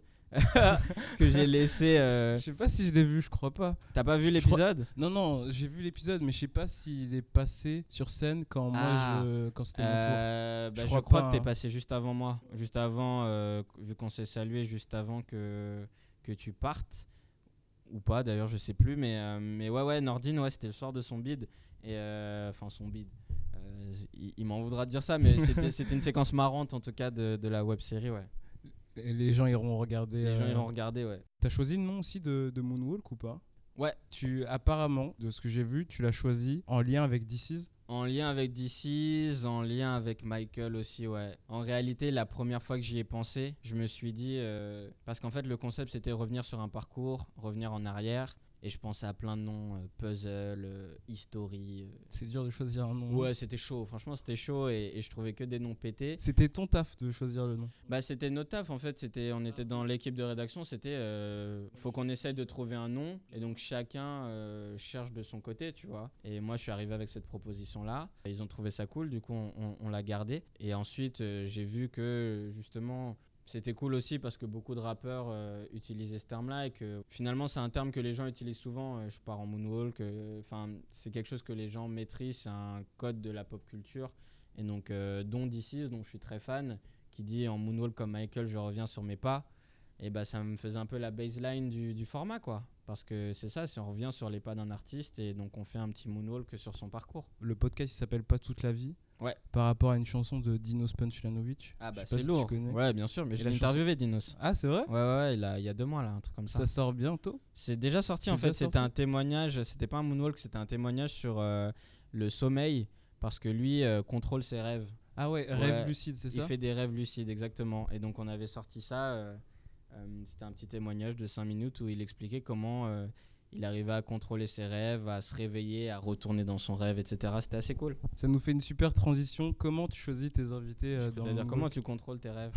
C: que j'ai laissé. Euh...
B: Je sais pas si je l'ai vu, je crois pas.
C: T'as pas vu
B: Je
C: l'épisode?
B: crois... Non, non, j'ai vu l'épisode, mais je sais pas s'il est passé sur scène quand
C: Ah.
B: moi je, quand c'était
C: Euh,
B: mon tour.
C: bah,
B: je
C: je
B: crois,
C: crois,
B: pas,
C: que t'es
B: hein.
C: passé juste avant moi, juste avant, euh, vu qu'on s'est salué juste avant que, que tu partes, ou pas d'ailleurs, je sais plus, mais, euh, mais ouais, ouais, Nordine, ouais, c'était le soir de son bid, et enfin euh, son bid. Euh, il, il m'en voudra de dire ça, mais c'était, c'était une séquence marrante en tout cas de, de la web série, ouais.
B: Et les gens iront regarder.
C: Les
B: euh...
C: gens iront regarder, ouais.
B: T'as choisi le nom aussi de, de Moonwalk ou pas?
C: Ouais.
B: Tu, apparemment, de ce que j'ai vu, tu l'as choisi en lien avec This Is.
C: En lien avec D C's, en lien avec Michael aussi, ouais. En réalité, la première fois que j'y ai pensé, je me suis dit... Euh, parce qu'en fait, le concept, c'était revenir sur un parcours, revenir en arrière. Et je pensais à plein de noms, euh, puzzle, euh, history. Euh.
B: C'est dur de choisir un nom.
C: Ouais, c'était chaud. Franchement, c'était chaud et, et je trouvais que des noms pétés.
B: C'était ton taf de choisir le nom?
C: Bah, c'était notre taf, en fait. C'était, on était dans l'équipe de rédaction. C'était... Euh, faut qu'on essaye de trouver un nom. Et donc, chacun euh, cherche de son côté, tu vois. Et moi, je suis arrivé avec cette proposition-là. Ils ont trouvé ça cool. Du coup, on, on, on l'a gardé. Et ensuite, euh, j'ai vu que, justement... C'était cool aussi parce que beaucoup de rappeurs euh, utilisaient ce terme-là et que finalement c'est un terme que les gens utilisent souvent. Euh, je pars en moonwalk, enfin euh, c'est quelque chose que les gens maîtrisent, c'est un code de la pop culture. Et donc euh, dont D C, dont je suis très fan, qui dit en moonwalk comme Michael, je reviens sur mes pas. Et bah ça me faisait un peu la baseline du, du format quoi. Parce que c'est ça, si on revient sur les pas d'un artiste et donc on fait un petit moonwalk sur son parcours.
B: Le podcast il s'appelle Pas toute la vie.
C: Ouais.
B: Par rapport à une chanson de Dinos Punchlanovic.
C: Ah bah
B: c'est
C: si
B: lourd.
C: Ouais bien sûr, mais
B: et
C: je l'ai interviewé chanson... Dinos.
B: Ah c'est vrai?
C: Ouais ouais, ouais il, a, il y a deux mois là, un truc comme ça.
B: Ça sort bientôt?
C: C'est déjà sorti
B: c'est
C: en fait,
B: sorti.
C: C'était un témoignage, c'était pas un moonwalk, c'était un témoignage sur euh, le sommeil parce que lui euh, contrôle ses rêves.
B: Ah ouais,
C: ouais
B: rêve lucide, c'est ça?
C: Il fait des rêves lucides, exactement. Et donc on avait sorti ça, euh, euh, c'était un petit témoignage de cinq minutes où il expliquait comment... Euh, il arrivait à contrôler ses rêves, à se réveiller, à retourner dans son rêve, et cetera. C'était assez cool.
B: Ça nous fait une super transition. Comment tu choisis tes invités euh, dans
C: C'est-à-dire comment tu contrôles tes rêves?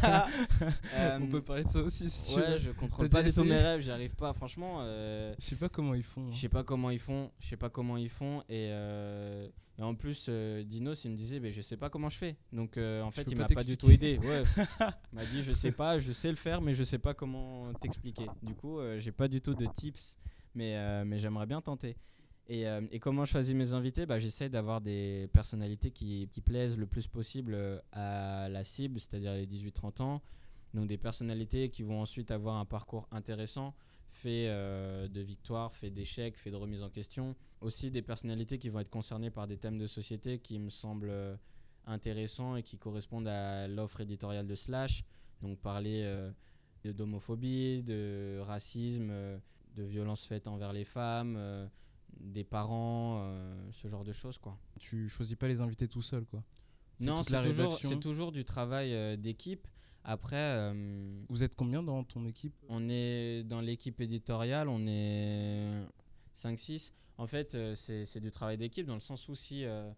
B: euh, On peut parler de ça aussi si
C: ouais,
B: tu veux.
C: je contrôle pas du tout mes rêves, j'y arrive pas. Franchement, euh,
B: je sais pas comment ils font. Hein.
C: Je sais pas comment ils font. Je sais pas comment ils font. Et, euh, et en plus, euh, Dinos, il me disait, bah, je sais pas comment je fais. Donc euh, en fait, il m'a pas du tout aidé. Ouais. Il m'a dit, je sais pas, je sais le faire, mais je sais pas comment t'expliquer. Du coup, euh, j'ai pas du tout de tips. Mais, euh, mais j'aimerais bien tenter. Et, euh, et comment je choisis mes invités? Bah, j'essaie d'avoir des personnalités qui, qui plaisent le plus possible à la cible, c'est-à-dire les dix-huit trente ans. Donc des personnalités qui vont ensuite avoir un parcours intéressant, fait euh, de victoires, fait d'échecs, fait de remises en question. Aussi des personnalités qui vont être concernées par des thèmes de société qui me semblent intéressants et qui correspondent à l'offre éditoriale de Slash. Donc parler euh, d'homophobie, de racisme, euh, de violences faites envers les femmes, euh, des parents, euh, ce genre de choses, quoi.
B: Tu choisis pas les invités tout seul, quoi. C'est
C: Non,
B: toute
C: c'est
B: la
C: toujours,
B: rédaction.
C: c'est toujours du travail euh, d'équipe. Après, euh,
B: Vous êtes combien dans ton équipe?
C: on est dans l'équipe éditoriale, on est cinq six. En fait, euh, c'est, c'est du travail d'équipe dans le sens où si euh,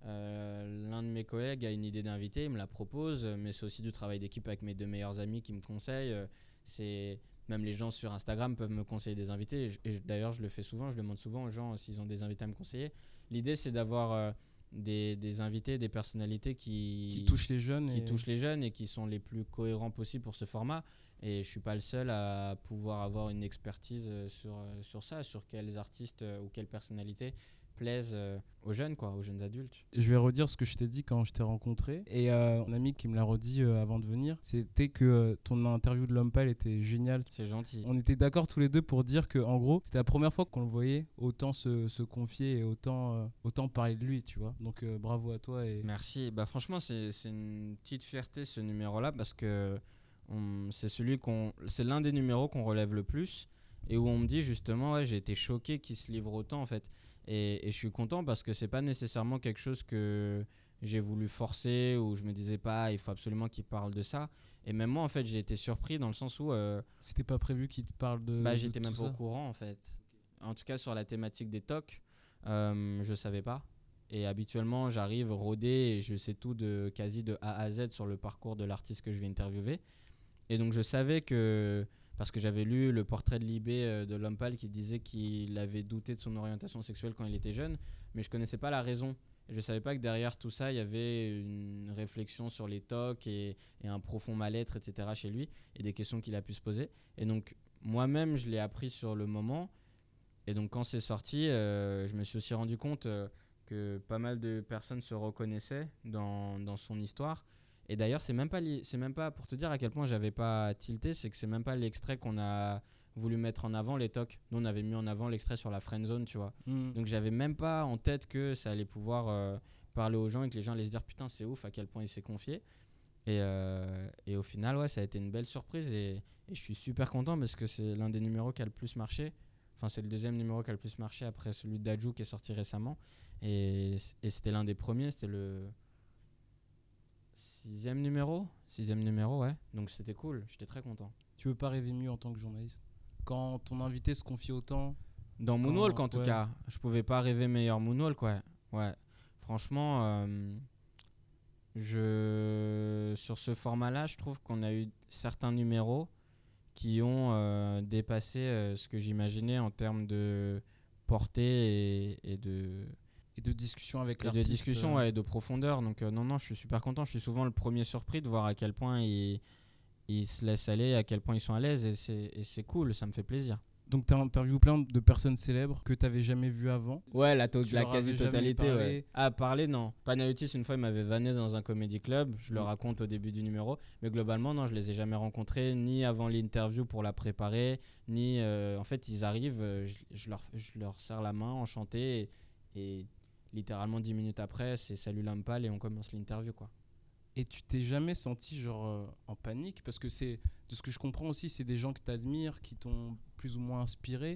C: euh, l'un de mes collègues a une idée d'invité, il me la propose, mais c'est aussi du travail d'équipe avec mes deux meilleurs amis qui me conseillent. Euh, C'est, même les gens sur Instagram peuvent me conseiller des invités. Et, je- et je- d'ailleurs, je le fais souvent, je demande souvent aux gens s'ils ont des invités à me conseiller. L'idée, c'est d'avoir euh, des, des invités, des personnalités qui,
B: Qui touchent les jeunes
C: qui
B: et...
C: touchent les jeunes et qui sont les plus cohérents possibles pour ce format. Et je suis pas le seul à pouvoir avoir une expertise euh, sur, euh, sur ça, sur quels artistes euh, ou quelles personnalités plaisent euh, aux jeunes, quoi, aux jeunes adultes.
B: Je vais redire ce que je t'ai dit quand je t'ai rencontré. Et euh, un ami qui me l'a redit euh, avant de venir, c'était que euh, ton interview de l'homme pâle était géniale.
C: C'est gentil.
B: On était d'accord tous les deux pour dire que, en gros, c'était la première fois qu'on le voyait autant se, se confier et autant, euh, autant parler de lui, tu vois. Donc euh, bravo à toi. Et...
C: Merci. Bah, franchement, c'est, c'est une petite fierté ce numéro-là parce que on- c'est, celui qu'on, c'est l'un des numéros qu'on relève le plus et où on me dit justement, ouais, j'ai été choqué qu'il se livre autant en fait. Et, et je suis content parce que c'est pas nécessairement quelque chose que j'ai voulu forcer ou je me disais pas, il faut absolument qu'il parle de ça. Et même moi, en fait, j'ai été surpris dans le sens où euh,
B: C'était pas prévu qu'il te parle de.
C: bah,
B: de
C: j'étais même
B: tout
C: pas au
B: ça.
C: courant en fait. En tout cas, sur la thématique des tocs, euh, je savais pas. Et habituellement, j'arrive rodé et je sais tout de quasi de A à Z sur le parcours de l'artiste que je vais interviewer. Et donc, je savais que, parce que j'avais lu le portrait de Libé euh, de l'homme pâle qui disait qu'il avait douté de son orientation sexuelle quand il était jeune, mais je connaissais pas la raison. Et je savais pas que derrière tout ça, il y avait une réflexion sur les tocs et, et un profond mal-être, et cetera chez lui, et des questions qu'il a pu se poser. Et donc, moi-même, je l'ai appris sur le moment. Et donc, quand c'est sorti, euh, je me suis aussi rendu compte euh, que pas mal de personnes se reconnaissaient dans, dans son histoire. Et d'ailleurs, c'est même pas li- c'est même pas pour te dire à quel point j'avais pas tilté, c'est que c'est même pas l'extrait qu'on a voulu mettre en avant, les tocs. Nous, on avait mis en avant l'extrait sur la friend zone, tu vois.
B: Mm.
C: Donc, j'avais même pas en tête que ça allait pouvoir euh, parler aux gens et que les gens allaient se dire putain, c'est ouf à quel point il s'est confié. Et, euh, et au final, ouais, ça a été une belle surprise et, et je suis super content parce que c'est l'un des numéros qui a le plus marché. Enfin, c'est le deuxième numéro qui a le plus marché après celui d'Adju qui est sorti récemment. Et, et c'était l'un des premiers, c'était le sixième numéro. Sixième numéro, ouais. Donc c'était cool, j'étais très content.
B: Tu veux pas rêver mieux en tant que journaliste? Quand ton invité se confie autant.
C: Dans
B: Quand-
C: Moonwalk, en tout
B: ouais.
C: cas, je pouvais pas rêver meilleur Moonwalk, ouais. Ouais. Franchement, euh, je... sur ce format-là, je trouve qu'on a eu certains numéros qui ont euh, dépassé euh, ce que j'imaginais en termes de portée et, et de,
B: Et de discussion avec
C: et de
B: l'artiste.
C: discussion
B: euh,
C: ouais, et de profondeur. Donc euh, non, non, je suis super content. Je suis souvent le premier surpris de voir à quel point ils, ils se laissent aller, à quel point ils sont à l'aise et c'est, et c'est cool, ça me fait plaisir.
B: Donc tu as interviewé plein de personnes célèbres que tu n'avais jamais vues avant.
C: Ouais, la, to-
B: Tu
C: la
B: leur avais
C: quasi-totalité,
B: jamais
C: ouais.
B: parlé.
C: Ah, parler, non. Panayotis, une fois, il m'avait vanné dans un comedy club. Je le
B: Mm.
C: raconte au début du numéro. Mais globalement, non, je les ai jamais rencontrés, ni avant l'interview pour la préparer, ni... euh, en fait, ils arrivent, euh, je, je leur, je leur serre la main, enchanté, et, et littéralement dix minutes après, c'est salut Lampal et on commence l'interview, quoi.
B: Et tu t'es jamais senti genre euh, en panique? Parce que c'est, de ce que je comprends aussi, c'est des gens que tu admires, qui t'ont plus ou moins inspiré.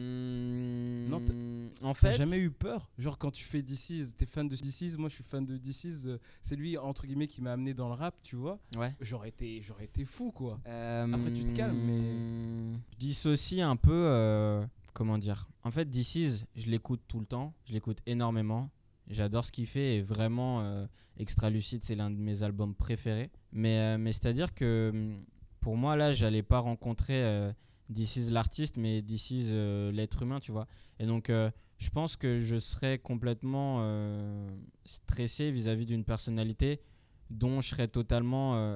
C: Mmh,
B: Non, t'as-
C: en
B: T'as
C: fait...
B: jamais eu peur? Genre quand tu fais D C is, t'es fan de D C is, moi je suis fan de D C is, euh, c'est lui entre guillemets qui m'a amené dans le rap, tu vois.
C: Ouais.
B: J'aurais été, j'aurais été fou quoi.
C: Euh,
B: Après, tu te calmes, mais-
C: Je dissocie un peu. euh, comment dire? En fait, This Is, je l'écoute tout le temps. Je l'écoute énormément. J'adore ce qu'il fait et vraiment, euh, Extra Lucide, c'est l'un de mes albums préférés. Mais, euh, mais c'est-à-dire que hum, pour moi, là, j'allais pas rencontrer euh, This Is l'artiste, mais This Is euh, l'être humain, tu vois. Et donc, euh, je pense que je serais complètement euh, stressé vis-à-vis d'une personnalité dont je serais totalement euh,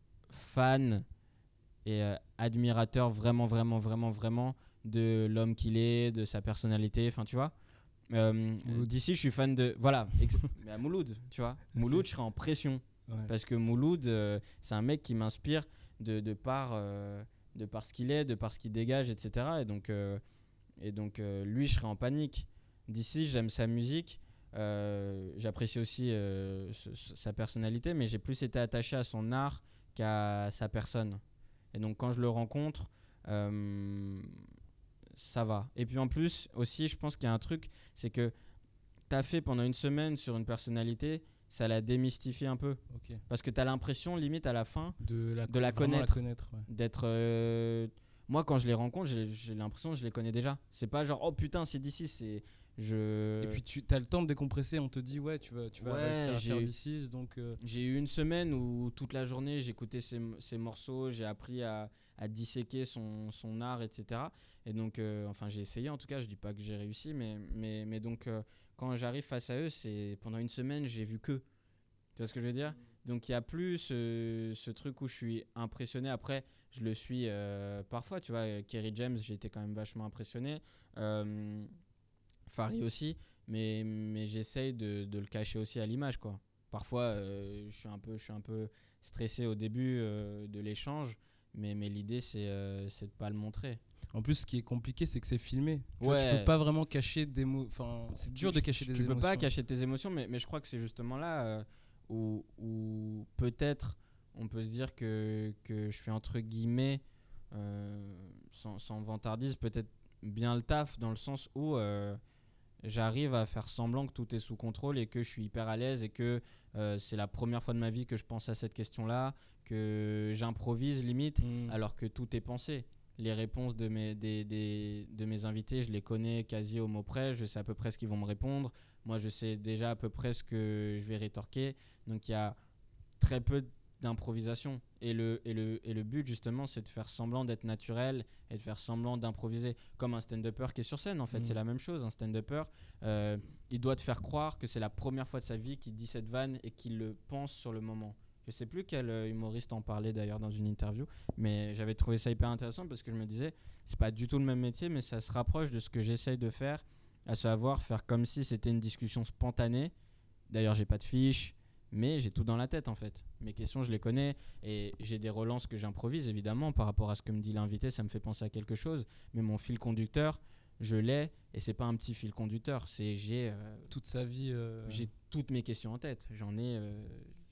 C: fan et euh, admirateur vraiment, vraiment, vraiment, vraiment de l'homme qu'il est, de sa personnalité, enfin, tu vois. Euh,
B: Mouloud.
C: D'ici, je suis fan de... Voilà, ex- mais à Mouloud, tu vois. Mouloud, je serais en pression.
B: Ouais.
C: Parce que Mouloud, euh, c'est un mec qui m'inspire de, de, par, euh, de par ce qu'il est, de par ce qu'il dégage, et cetera. Et donc, euh, et donc euh, lui, je serais en panique. D'ici, j'aime sa musique. Euh, j'apprécie aussi euh, ce- ce- sa personnalité, mais j'ai plus été attaché à son art qu'à sa personne. Et donc, quand je le rencontre, euh, ça va. Et puis en plus, aussi, je pense qu'il y a un truc, c'est que t'as fait pendant une semaine sur une personnalité, ça la démystifie un peu.
B: Ok.
C: Parce que t'as l'impression, limite à la fin,
B: De la,
C: De la
B: vraiment
C: connaître.
B: connaître ouais.
C: d'être. euh, Moi, quand je les rencontre, j'ai, j'ai l'impression que je les connais déjà. C'est pas genre, oh putain, c'est d'ici, c'est. Je...
B: Et puis tu as le temps de décompresser, on te dit ouais tu vas, tu vas
C: Ouais,
B: réussir à
C: j'ai
B: faire
C: eu-
B: d'ici donc euh,
C: J'ai eu une semaine où toute la journée j'écoutais ses, ses morceaux, j'ai appris à, à disséquer son, son art, et cetera. Et donc, euh, enfin j'ai essayé en tout cas, je dis pas que j'ai réussi, mais, mais, mais donc euh, quand j'arrive face à eux, c'est pendant une semaine j'ai vu que. Tu vois ce que je veux dire? Donc il y a plus ce, ce truc où je suis impressionné. Après, je le suis euh, parfois, tu vois. euh, Kerry James, j'ai été quand même vachement impressionné. Euh, Farid aussi, mais, mais j'essaye de, de le cacher aussi à l'image, quoi. Parfois, euh, je suis un peu, je suis un peu stressé au début euh, de l'échange, mais, mais l'idée, c'est euh, c'est de pas le montrer.
B: en plus ce qui est compliqué c'est que c'est filmé. Tu vois, tu
C: Ouais.
B: peux pas vraiment cacher des mots, enfin c'est dur de
C: Tu-
B: cacher
C: tu,
B: des
C: tu
B: émotions.
C: peux pas cacher tes émotions, mais, mais je crois que c'est justement là euh, où, où peut-être on peut se dire que, que je fais entre guillemets, euh, sans, sans vantardise, peut-être bien le taf, dans le sens où euh, j'arrive à faire semblant que tout est sous contrôle et que je suis hyper à l'aise et que euh, c'est la première fois de ma vie que je pense à cette question-là, que j'improvise limite
B: Mm.
C: alors que tout est pensé. Les réponses de mes, des, des- de mes invités, je les connais quasi au mot près, je sais à peu près ce qu'ils vont me répondre. Moi, je sais déjà à peu près ce que je vais rétorquer. Donc, il y a très peu d'improvisation. Et le, et, le, et le but, justement, c'est de faire semblant d'être naturel et de faire semblant d'improviser. Comme un stand-upper qui est sur scène, en fait.
B: Mm.
C: C'est la même chose. Un stand-upper, euh, il doit te faire croire que c'est la première fois de sa vie qu'il dit cette vanne et qu'il le pense sur le moment. Je sais plus quel euh, humoriste en parlait d'ailleurs dans une interview, mais j'avais trouvé ça hyper intéressant parce que je me disais, c'est pas du tout le même métier, mais ça se rapproche de ce que j'essaye de faire, à savoir faire comme si c'était une discussion spontanée. D'ailleurs, j'ai pas de fiche, mais j'ai tout dans la tête en fait. Mes questions, je les connais et j'ai des relances que j'improvise évidemment par rapport à ce que me dit l'invité, ça me fait penser à quelque chose, mais mon fil conducteur, je l'ai et c'est pas un petit fil conducteur, c'est j'ai euh,
B: Toute sa vie euh,
C: j'ai toutes mes questions en tête. J'en ai euh,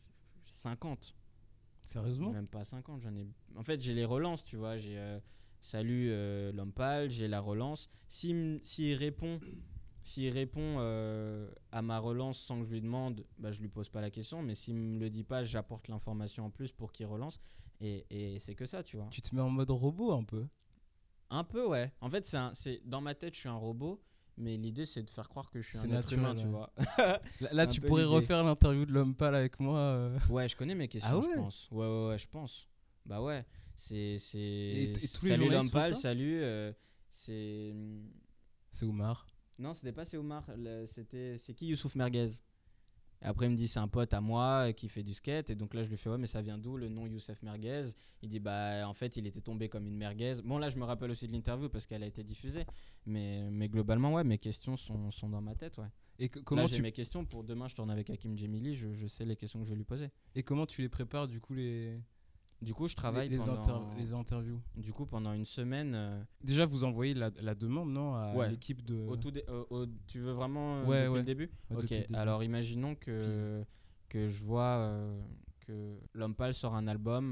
C: cinquante.
B: sérieusement
C: Même pas cinquante, j'en ai. En fait, j'ai les relances, tu vois. J'ai euh, salut euh, l'homme pâle, j'ai la relance. S'il m- s'il répond, s'il répond euh, à ma relance sans que je lui demande, bah, je lui pose pas la question. Mais s'il me le dit pas, j'apporte l'information en plus pour qu'il relance. Et, et c'est que ça, tu vois.
B: tu te mets en mode robot un peu.
C: Un peu, ouais. En fait, c'est un- c'est dans ma tête, je suis un robot. Mais l'idée, c'est de faire croire que je suis
B: C'est
C: un être
B: naturel,
C: humain, tu
B: ouais.
C: vois.
B: Là, là,
C: un
B: tu
C: peu
B: pourrais
C: l'idée.
B: refaire l'interview de l'homme pâle avec moi euh.
C: Ouais, je connais mes questions,
B: Ah
C: je
B: ouais
C: pense. Ouais, ouais, ouais, je pense. Bah ouais, c'est c'est
B: Et t- et tous les
C: salut
B: journalistes
C: l'homme
B: font
C: pâle,
B: ça
C: salut euh, c'est
B: C'est Oumar.
C: non, c'était pas c'est Omar, le- c'était c'est qui Youssouf Merguez. Et après il me dit c'est un pote à moi euh, qui fait du skate et donc là je lui fais ouais mais ça vient d'où le nom Youssef Merguez. Il dit bah en fait il était tombé comme une merguez. Bon là je me rappelle aussi de l'interview parce qu'elle a été diffusée mais mais globalement ouais mes questions sont, sont dans ma tête ouais.
B: Et que-
C: Là
B: comment
C: j'ai
B: tu
C: mes questions pour demain je tourne avec Hakim Djemili, je, je sais les questions que je vais lui poser.
B: et comment tu les prépares du coup les
C: Du coup je travaille
B: les, les
C: pendant
B: inter- les interviews.
C: du coup pendant une semaine euh,
B: Déjà vous envoyez la, la demande non à
C: Ouais.
B: l'équipe de
C: Au tout dé- euh, au- tu veux vraiment euh,
B: Ouais,
C: depuis
B: ouais.
C: le début
B: Ouais,
C: Ok,
B: depuis le début.
C: alors imaginons que, que je vois euh, que l'homme pâle sort un album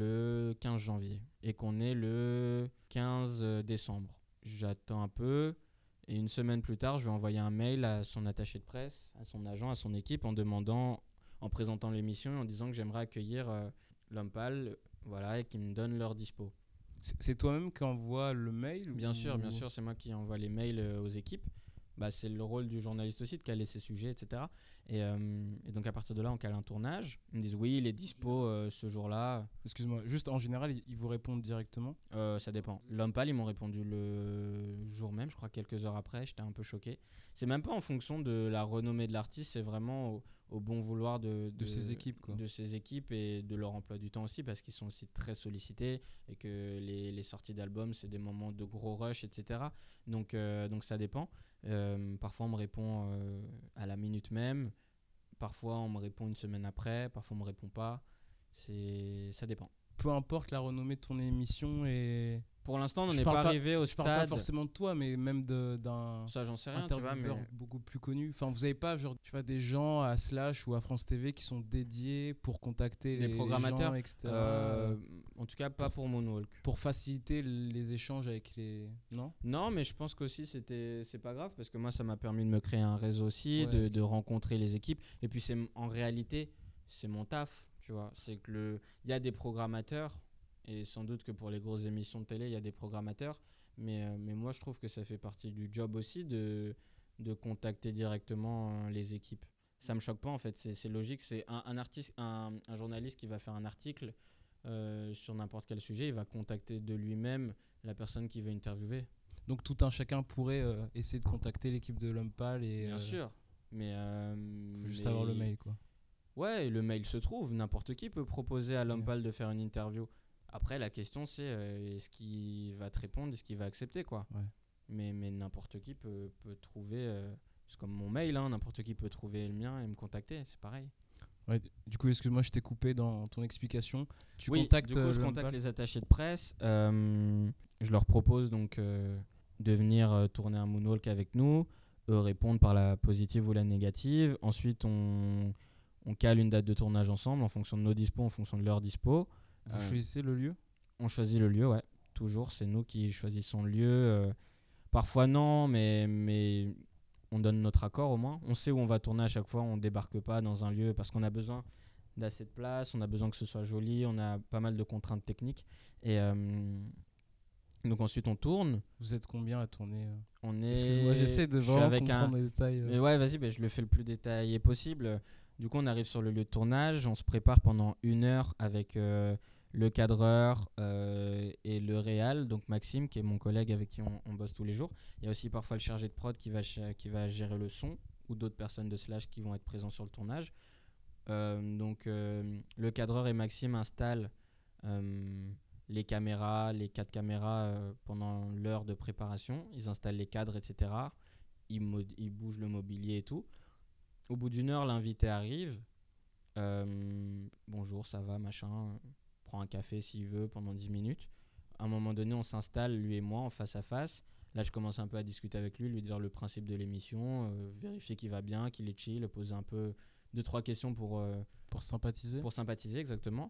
C: le quinze janvier et qu'on est le quinze décembre. J'attends un peu et une semaine plus tard, je vais envoyer un mail à son attaché de presse, à son agent, à son équipe en demandant, en présentant l'émission et en disant que j'aimerais accueillir euh, l'homme pâle voilà, et qu'ils me donnent leur dispo.
B: C'est c'est toi-même qui envoie le mail
C: Bien
B: ou-
C: sûr, bien sûr, c'est moi qui envoie les mails euh, aux équipes. Bah, c'est le rôle du journaliste aussi de caler ses sujets, et cetera. Et, euh, et donc à partir de là, on cale un tournage. Ils me disent oui, il est dispo euh, ce jour-là.
B: Excuse-moi, juste en général, ils, ils vous répondent directement.
C: Euh, ça dépend. L'homme pâle, ils m'ont répondu le jour même, je crois quelques heures après. J'étais un peu choqué. C'est même pas en fonction de la renommée de l'artiste, c'est vraiment au, au bon vouloir de,
B: De ses équipes, quoi.
C: de ses équipes et de leur emploi du temps aussi, parce qu'ils sont aussi très sollicités et que les, les sorties d'albums, c'est des moments de gros rush, et cetera. Donc, euh, donc ça dépend. Euh, parfois, on me répond euh, à la minute même. Parfois, on me répond une semaine après. Parfois, on me répond pas. C'est, ça dépend.
B: Peu importe la renommée de ton émission et
C: Pour l'instant, on
B: Je
C: n'est
B: parle
C: pas
B: pas-
C: arrivé au
B: Je parle pas
C: stade.
B: forcément de toi, mais même de- d'un
C: Ça, j'en sais rien, tu vois,
B: intervieweur
C: mais
B: beaucoup plus connu. Enfin, vous avez pas, genre, je sais pas, des gens à Slash ou à France T V qui sont dédiés pour contacter
C: Les
B: les,
C: programmateurs,
B: gens, et cetera
C: euh, en tout cas, pas pour Moonwalk.
B: Pour faciliter les échanges avec les. Non.
C: Non, mais je pense qu'aussi c'était c'est pas grave parce que moi ça m'a permis de me créer un réseau aussi,
B: Ouais.
C: de, de rencontrer les équipes et puis c'est en réalité c'est mon taf, tu vois, c'est que le il y a des programmateurs et sans doute que pour les grosses émissions de télé, il y a des programmateurs, mais euh, mais moi je trouve que ça fait partie du job aussi de de contacter directement euh, les équipes. Ça me choque pas en fait, c'est c'est logique, c'est un un artiste un, un journaliste qui va faire un article euh, sur n'importe quel sujet, il va contacter de lui-même la personne qui veut interviewer.
B: Donc tout un chacun pourrait euh, essayer de contacter l'équipe de l'Homme Pâle et.
C: Bien
B: euh,
C: sûr, mais euh,
B: Faut juste
C: mais-
B: avoir le mail, quoi.
C: Ouais, et le mail se trouve. N'importe qui peut proposer à l'homme
B: Ouais.
C: pâle de faire une interview. Après, la question c'est euh, est-ce qu'il va te répondre, est-ce qu'il va accepter, quoi.
B: Ouais.
C: Mais, mais n'importe qui peut, peut trouver. euh, c'est comme mon mail, hein, n'importe qui peut trouver le mien et me contacter, c'est pareil.
B: Ouais, du coup, excuse-moi, je t'ai coupé dans ton explication. Tu
C: oui,
B: contactes
C: du coup,
B: euh,
C: je
B: l'Homme
C: contacte
B: Pâle.
C: les attachés de presse. euh, je leur propose donc euh, de venir euh, tourner un moonwalk avec nous. Eux répondent par la positive ou la négative. Ensuite, on, on cale une date de tournage ensemble en fonction de nos dispos, en fonction de leur dispo.
B: Vous
C: Euh,
B: choisissez le lieu.
C: on choisit le lieu, ouais. Toujours, c'est nous qui choisissons le lieu. euh, parfois non, mais, mais on donne notre accord au moins. On sait où on va tourner à chaque fois. On débarque pas dans un lieu parce qu'on a besoin d'assez de place, on a besoin que ce soit joli, on a pas mal de contraintes techniques. Et euh, donc ensuite on tourne.
B: Vous êtes combien à tourner euh
C: On est.
B: Excuse-moi, j'essaie de
C: je suis
B: vraiment
C: avec un-
B: comprendre les détails. euh.
C: Mais ouais, vas-y, bah, je le fais le plus détaillé possible. Du coup, on arrive sur le lieu de tournage, on se prépare pendant une heure avec euh, le cadreur euh, et le réal, donc Maxime, qui est mon collègue avec qui on, on bosse tous les jours. Il y a aussi parfois le chargé de prod qui va, ch- qui va gérer le son ou d'autres personnes de Slash qui vont être présents sur le tournage. Euh, donc, euh, le cadreur et Maxime installent euh, les caméras, les quatre caméras euh, pendant l'heure de préparation. Ils installent les cadres, et cetera. Ils, mod- ils bougent le mobilier et tout. Au bout d'une heure, l'invité arrive. Euh, bonjour, ça va, machin. Prend un café s'il veut pendant dix minutes. À un moment donné, on s'installe, lui et moi, en face à face. Là, je commence un peu à discuter avec lui, lui dire le principe de l'émission, euh, vérifier qu'il va bien, qu'il est chill, poser un peu deux, trois questions pour, euh,
B: Pour sympathiser.
C: pour sympathiser, exactement.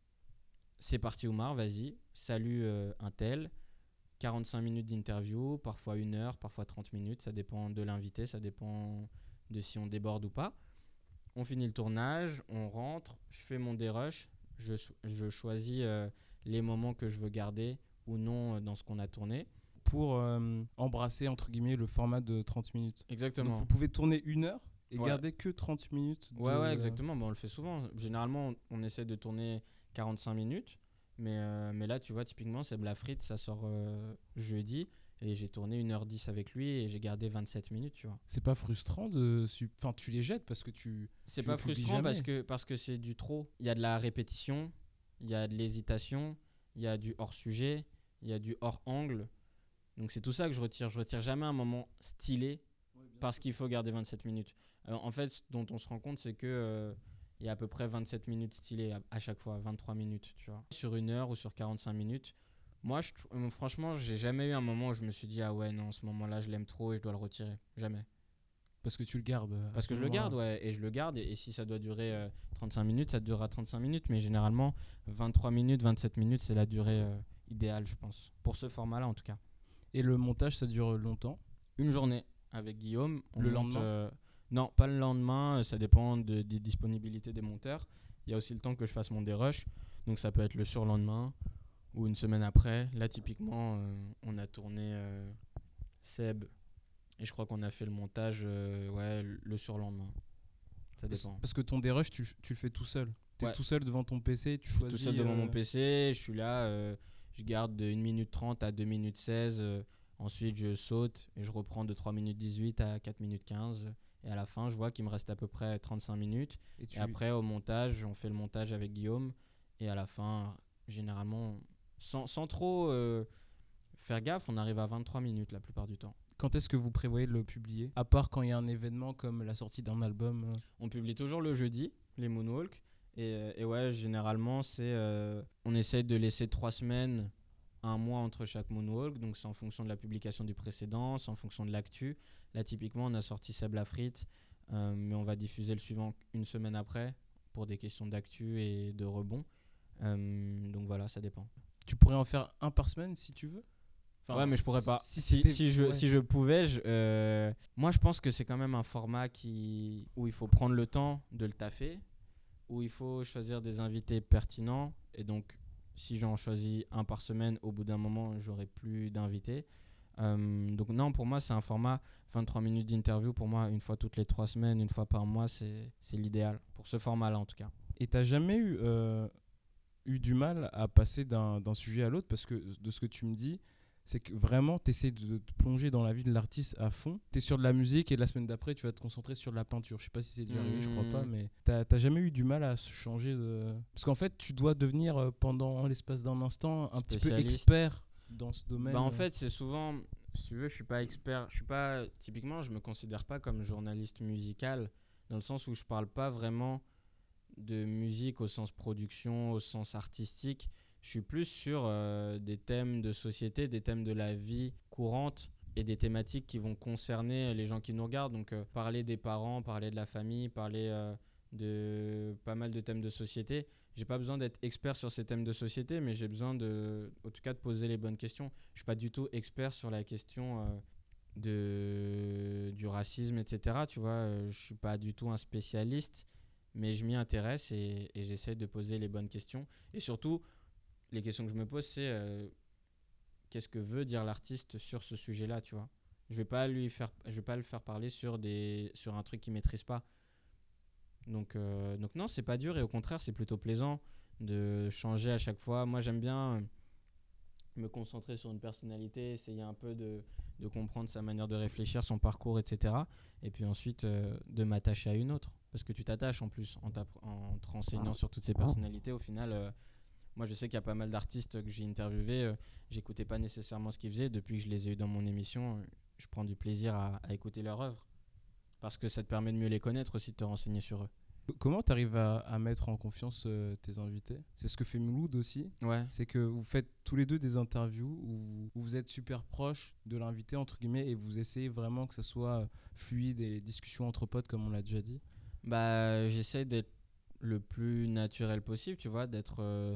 C: C'est parti, Oumar, vas-y. Salut euh, un tel. quarante-cinq minutes d'interview, parfois une heure, parfois trente minutes. Ça dépend de l'invité, ça dépend de si on déborde ou pas. On finit le tournage, on rentre, je fais mon dérush, je, je choisis euh, les moments que je veux garder ou non euh, dans ce qu'on a tourné.
B: Pour euh, embrasser, entre guillemets, le format de trente minutes.
C: Exactement.
B: Donc vous pouvez tourner une heure et
C: Ouais.
B: garder que trente minutes. De...
C: Ouais, ouais, exactement. Bon, on le fait souvent. Généralement, on, on essaie de tourner quarante-cinq minutes. Mais, euh, mais là, tu vois, typiquement, Seb Lafrite, ça sort euh, jeudi. Et j'ai tourné une heure dix avec lui et j'ai gardé vingt-sept minutes, tu vois.
B: C'est pas frustrant de. su- Enfin, tu les jettes parce que tu.
C: C'est
B: Tu
C: pas
B: le publies
C: frustrant parce
B: jamais.
C: que parce que c'est du trop. Il y a de la répétition, il y a de l'hésitation, il y a du hors-sujet, il y a du hors-angle. Donc c'est tout ça que je retire. Je retire jamais un moment stylé parce qu'il faut garder vingt-sept minutes. Alors, en fait, ce dont on se rend compte, c'est que euh, il y a à peu près vingt-sept minutes stylées à, à chaque fois, vingt-trois minutes, tu vois. Sur une heure ou sur quarante-cinq minutes. Moi, je, euh, franchement, j'ai jamais eu un moment où je me suis dit ah ouais non, ce moment-là, je l'aime trop et je dois le retirer. Jamais.
B: Parce que tu le gardes. à
C: Parce
B: ce
C: que je le
B: moment-là.
C: garde, ouais, et je le garde. Et, et si ça doit durer euh, trente-cinq minutes, ça durera trente-cinq minutes. Mais généralement, vingt-trois minutes, vingt-sept minutes, c'est la durée euh, idéale, je pense. Pour ce format-là, en tout cas.
B: Et le montage, ça dure longtemps.
C: Une journée avec Guillaume. On
B: Le
C: monte,
B: lendemain
C: euh, Non, pas le lendemain. euh, Ça dépend de- des disponibilités des monteurs. Il y a aussi le temps que je fasse mon dérush. Donc ça peut être le surlendemain ou une semaine après. Là, typiquement, euh, on a tourné euh, Seb. Et je crois qu'on a fait le montage euh, ouais, le surlendemain. Ça
B: Parce,
C: dépend.
B: parce que ton dérush, tu, tu le fais tout seul. Tu es
C: Ouais.
B: tout seul devant ton P C, tu
C: Je suis
B: choisis.
C: tout seul devant
B: euh,
C: mon P C, je suis là, euh, je garde de une minute trente à deux minutes seize, euh, ensuite je saute et je reprends de trois minutes dix-huit à quatre minutes quinze, et à la fin je vois qu'il me reste à peu près trente-cinq minutes,
B: Et tu...
C: et après au montage, on fait le montage avec Guillaume, et à la fin, généralement, sans, sans trop euh, faire gaffe, on arrive à vingt-trois minutes la plupart du temps.
B: Quand est-ce que vous prévoyez de le publier? À part quand il y a un événement comme la sortie d'un album. euh,
C: On publie toujours le jeudi, les Moonwalk. Et, euh, et ouais, généralement, c'est, euh, on essaie de laisser trois semaines un mois entre chaque moonwalk, donc c'est en fonction de la publication du précédent, c'est en fonction de l'actu. Là, typiquement, on a sorti Seb Lafrite, euh, mais on va diffuser le suivant une semaine après pour des questions d'actu et de rebond. Euh, donc voilà, ça dépend.
B: Tu pourrais en faire un par semaine si tu veux. Enfin,
C: ouais, mais je pourrais pas.
B: Si,
C: Si,
B: c'était-
C: si je,
B: ouais.
C: si je pouvais, je, euh, moi je pense que c'est quand même un format qui, où il faut prendre le temps de le taffer, où il faut choisir des invités pertinents. Et donc, si j'en choisis un par semaine, au bout d'un moment, j'aurai plus d'invités. Euh, donc non, pour moi, c'est un format vingt-trois minutes d'interview. Pour moi, une fois toutes les trois semaines, une fois par mois, c'est, c'est l'idéal. Pour ce format-là, en tout cas.
B: Et t'as jamais eu, euh, eu du mal à passer d'un, d'un sujet à l'autre parce que de ce que tu me dis, c'est que vraiment tu essaies de te plonger dans la vie de l'artiste à fond. Tu es sur de la musique et la semaine d'après tu vas te concentrer sur de la peinture. Je sais pas si c'est déjà arrivé, je crois pas,
C: Mmh.
B: mais t'as, t'as jamais eu du mal à se changer de... Parce qu'en fait tu dois devenir euh, pendant l'espace d'un instant un petit peu
C: Spécialiste.
B: expert dans ce domaine.
C: Bah en fait, c'est souvent, si tu veux, je suis pas expert, je suis pas, typiquement, je me considère pas comme journaliste musical, dans le sens où je parle pas vraiment de musique au sens production, au sens artistique. Je suis plus sur euh, des thèmes de société, des thèmes de la vie courante et des thématiques qui vont concerner les gens qui nous regardent. Donc euh, parler des parents, parler de la famille, parler euh, de pas mal de thèmes de société. J'ai pas besoin d'être expert sur ces thèmes de société, mais j'ai besoin de, en tout cas, de poser les bonnes questions. Je suis pas du tout expert sur la question euh, de du racisme, et cetera. Tu vois, euh, je suis pas du tout un spécialiste, mais je m'y intéresse et, et j'essaie de poser les bonnes questions. Et surtout, les questions que je me pose, c'est euh, qu'est-ce que veut dire l'artiste sur ce sujet-là, tu vois. Je vais pas lui faire, je vais pas le faire parler sur des, sur un truc qu'il maîtrise pas. Donc, euh, donc non, c'est pas dur et au contraire, c'est plutôt plaisant de changer à chaque fois. Moi, j'aime bien euh, me concentrer sur une personnalité, essayer un peu de, de comprendre sa manière de réfléchir, son parcours, et cetera. Et puis ensuite, euh, de m'attacher à une autre. Parce que tu t'attaches en plus en, en te renseignant sur toutes ces personnalités. Au final, euh, moi, je sais qu'il y a pas mal d'artistes que j'ai interviewés. Euh, j'écoutais pas nécessairement ce qu'ils faisaient. Depuis que je les ai eus dans mon émission, euh, je prends du plaisir à, à écouter leur œuvre. Parce que ça te permet de mieux les connaître aussi, de te renseigner sur eux.
B: Comment tu arrives à, à mettre en confiance euh, tes invités? C'est ce que fait Mouloud aussi.
C: Ouais.
B: C'est que vous faites tous les deux des interviews où vous, où vous êtes super proche de l'invité, entre guillemets, et vous essayez vraiment que ça soit fluide et discussion entre potes, comme on l'a déjà dit.
C: Bah, j'essaie d'être le plus naturel possible, tu vois, d'être euh,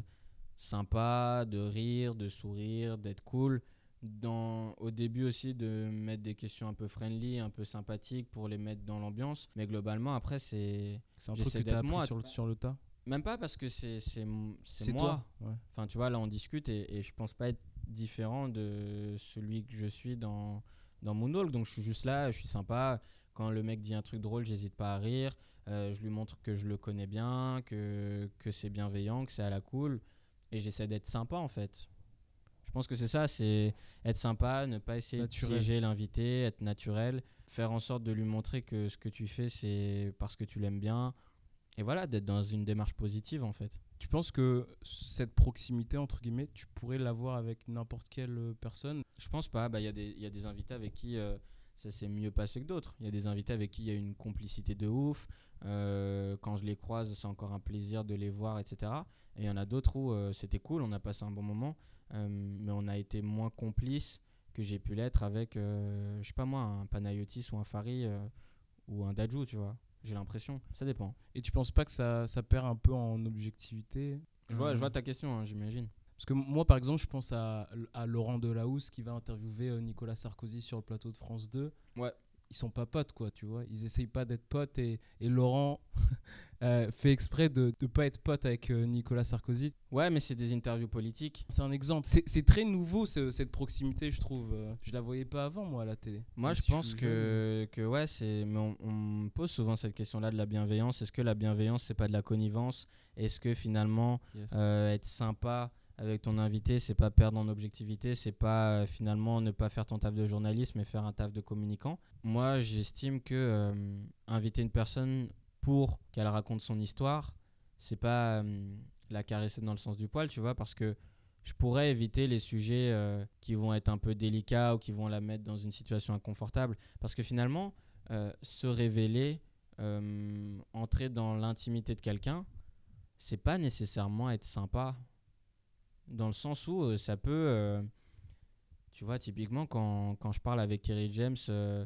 C: sympa, de rire, de sourire, d'être cool. Dans, au début aussi, de mettre des questions un peu friendly, un peu sympathiques pour les mettre dans l'ambiance. Mais globalement, après, c'est...
B: C'est un truc
C: J'essaie
B: que tu as
C: d'être
B: appris
C: moi.
B: sur le, sur le tas.
C: Même pas parce que c'est, c'est, c'est,
B: C'est
C: moi.
B: toi. Ouais.
C: Enfin, tu vois, là, on discute et, et je pense pas être différent de celui que je suis dans, dans mon talk. Donc, je suis juste là, je suis sympa. Quand le mec dit un truc drôle, j'hésite pas à rire. Euh, je lui montre que je le connais bien, que, que c'est bienveillant, que c'est à la cool. Et j'essaie d'être sympa, en fait. Je pense que c'est ça, c'est être sympa, ne pas essayer
B: Naturel.
C: de piéger l'invité, être naturel, faire en sorte de lui montrer que ce que tu fais, c'est parce que tu l'aimes bien. Et voilà, d'être dans une démarche positive, en fait.
B: Tu penses que cette proximité, entre guillemets, tu pourrais l'avoir avec n'importe quelle personne?
C: Je pense pas. Bah, y a des, y a des invités avec qui euh, ça s'est mieux passé que d'autres. Il y a des invités avec qui il y a une complicité de ouf. Euh, quand je les croise, c'est encore un plaisir de les voir, et cetera. Et il y en a d'autres où euh, c'était cool, on a passé un bon moment, euh, mais on a été moins complices que j'ai pu l'être avec, euh, je sais pas moi, un Panayotis ou un Fari euh, ou un Dadju, tu vois. J'ai l'impression. Ça dépend.
B: Et tu penses pas que ça, ça perd un peu en objectivité?
C: Je vois,
B: Euh,
C: je vois ta question, hein, j'imagine.
B: Parce que moi, par exemple, je pense à, à Laurent Delahousse qui va interviewer euh, Nicolas Sarkozy sur le plateau de France deux.
C: Ouais.
B: Ils sont pas potes, quoi, tu vois. Ils essayent pas d'être potes et, et Laurent euh, fait exprès de ne pas être pote avec euh, Nicolas Sarkozy.
C: Ouais, mais c'est des interviews politiques.
B: C'est un exemple. C'est, c'est très nouveau, ce- cette proximité, je trouve. Euh, Je la voyais pas avant, moi, à la télé.
C: Moi,
B: Même
C: je
B: si
C: pense
B: suis jeune.
C: que, que ouais, c'est. Mais on, on me pose souvent cette question-là de la bienveillance. Est-ce que la bienveillance, c'est pas de la connivence? Est-ce que finalement,
B: Yes.
C: euh, être sympa avec ton invité, c'est pas perdre en objectivité, c'est pas euh, finalement ne pas faire ton taf de journaliste, mais faire un taf de communicant? Moi, j'estime que euh, inviter une personne pour qu'elle raconte son histoire, c'est pas euh, la caresser dans le sens du poil, tu vois, parce que je pourrais éviter les sujets euh, qui vont être un peu délicats ou qui vont la mettre dans une situation inconfortable. Parce que finalement, euh, se révéler, euh, entrer dans l'intimité de quelqu'un, c'est pas nécessairement être sympa. dans le sens où euh, ça peut... euh, tu vois, typiquement, quand, quand je parle avec Kerry James euh,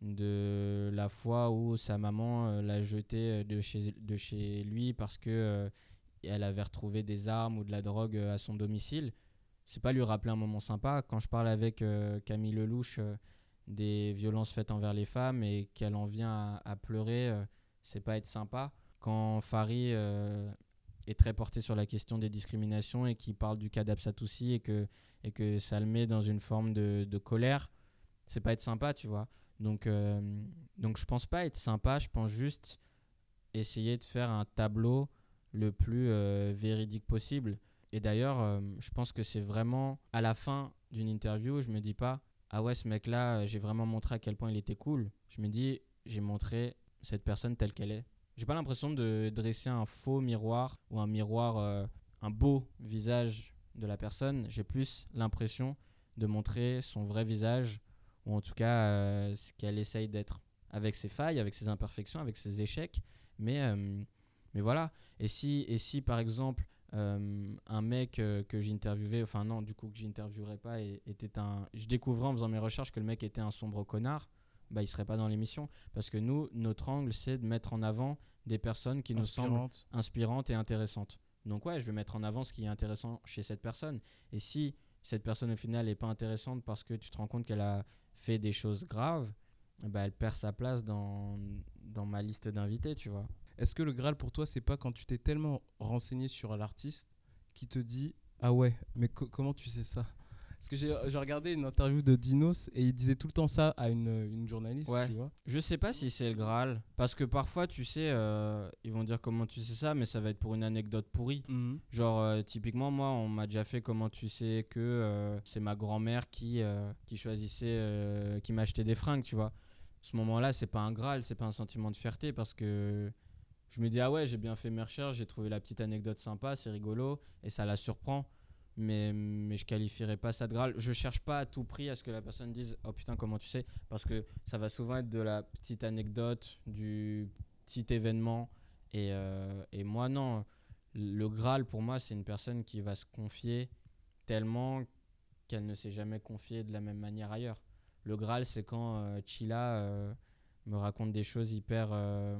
C: de la fois où sa maman euh, l'a jeté euh, de chez, de chez lui parce que euh, elle avait retrouvé des armes ou de la drogue euh, à son domicile, c'est pas lui rappeler un moment sympa. Quand je parle avec euh, Camille Lelouch euh, des violences faites envers les femmes et qu'elle en vient à, à pleurer, euh, c'est pas être sympa. Quand Fary euh, est très porté sur la question des discriminations et qui parle du cas d'Absatoussi et que, et que ça le met dans une forme de, de colère, c'est pas être sympa, tu vois. Donc, euh, donc je pense pas être sympa, je pense juste essayer de faire un tableau le plus euh, véridique possible. Et d'ailleurs, euh, je pense que c'est vraiment à la fin d'une interview, je me dis pas ah ouais, ce mec-là, euh, j'ai vraiment montré à quel point il était cool. Je me dis, j'ai montré cette personne telle qu'elle est. J'ai pas l'impression de dresser un faux miroir ou un miroir, euh, un beau visage de la personne. J'ai plus l'impression de montrer son vrai visage, ou en tout cas euh, ce qu'elle essaye d'être, avec ses failles, avec ses imperfections, avec ses échecs. Mais, euh, mais voilà. Et si, et si par exemple, euh, un mec euh, que j'interviewais, enfin non, du coup que j'interviewerais pas, et, était un, je découvrais en faisant mes recherches que le mec était un sombre connard, bah il serait pas dans l'émission. Parce que nous, notre angle, c'est de mettre en avant des personnes qui nous semblent inspirantes et intéressantes. Donc ouais, je vais mettre en avant ce qui est intéressant chez cette personne. Et si cette personne au final n'est pas intéressante parce que tu te rends compte qu'elle a fait des choses graves, bah, elle perd sa place dans, dans ma liste d'invités, tu vois.
B: Est-ce que le Graal pour toi, c'est pas quand tu t'es tellement renseigné sur l'artiste qui te dit ah ouais, mais co- comment tu sais ça? Parce que j'ai, j'ai regardé une interview de Dinos et il disait tout le temps ça à une, une journaliste,
C: Ouais.
B: tu vois.
C: Je sais pas si c'est le Graal, parce que parfois, tu sais, euh, ils vont dire comment tu sais ça, mais ça va être pour une anecdote pourrie.
B: Mm-hmm.
C: Genre, euh, typiquement, moi, on m'a déjà fait comment tu sais que euh, c'est ma grand-mère qui, euh, qui choisissait, euh, qui m'achetait des fringues, tu vois. Ce moment-là, c'est pas un Graal, c'est pas un sentiment de fierté, parce que je me dis, ah ouais, j'ai bien fait mes recherches, j'ai trouvé la petite anecdote sympa, c'est rigolo, et ça la surprend. Mais, mais je qualifierais pas ça de Graal. Je cherche pas à tout prix à ce que la personne dise oh putain, comment tu sais, parce que ça va souvent être de la petite anecdote, du petit événement. Et, euh, et moi, non. Le Graal, pour moi, c'est une personne qui va se confier tellement qu'elle ne s'est jamais confiée de la même manière ailleurs. Le Graal, c'est quand euh, Chila euh, me raconte des choses hyper euh,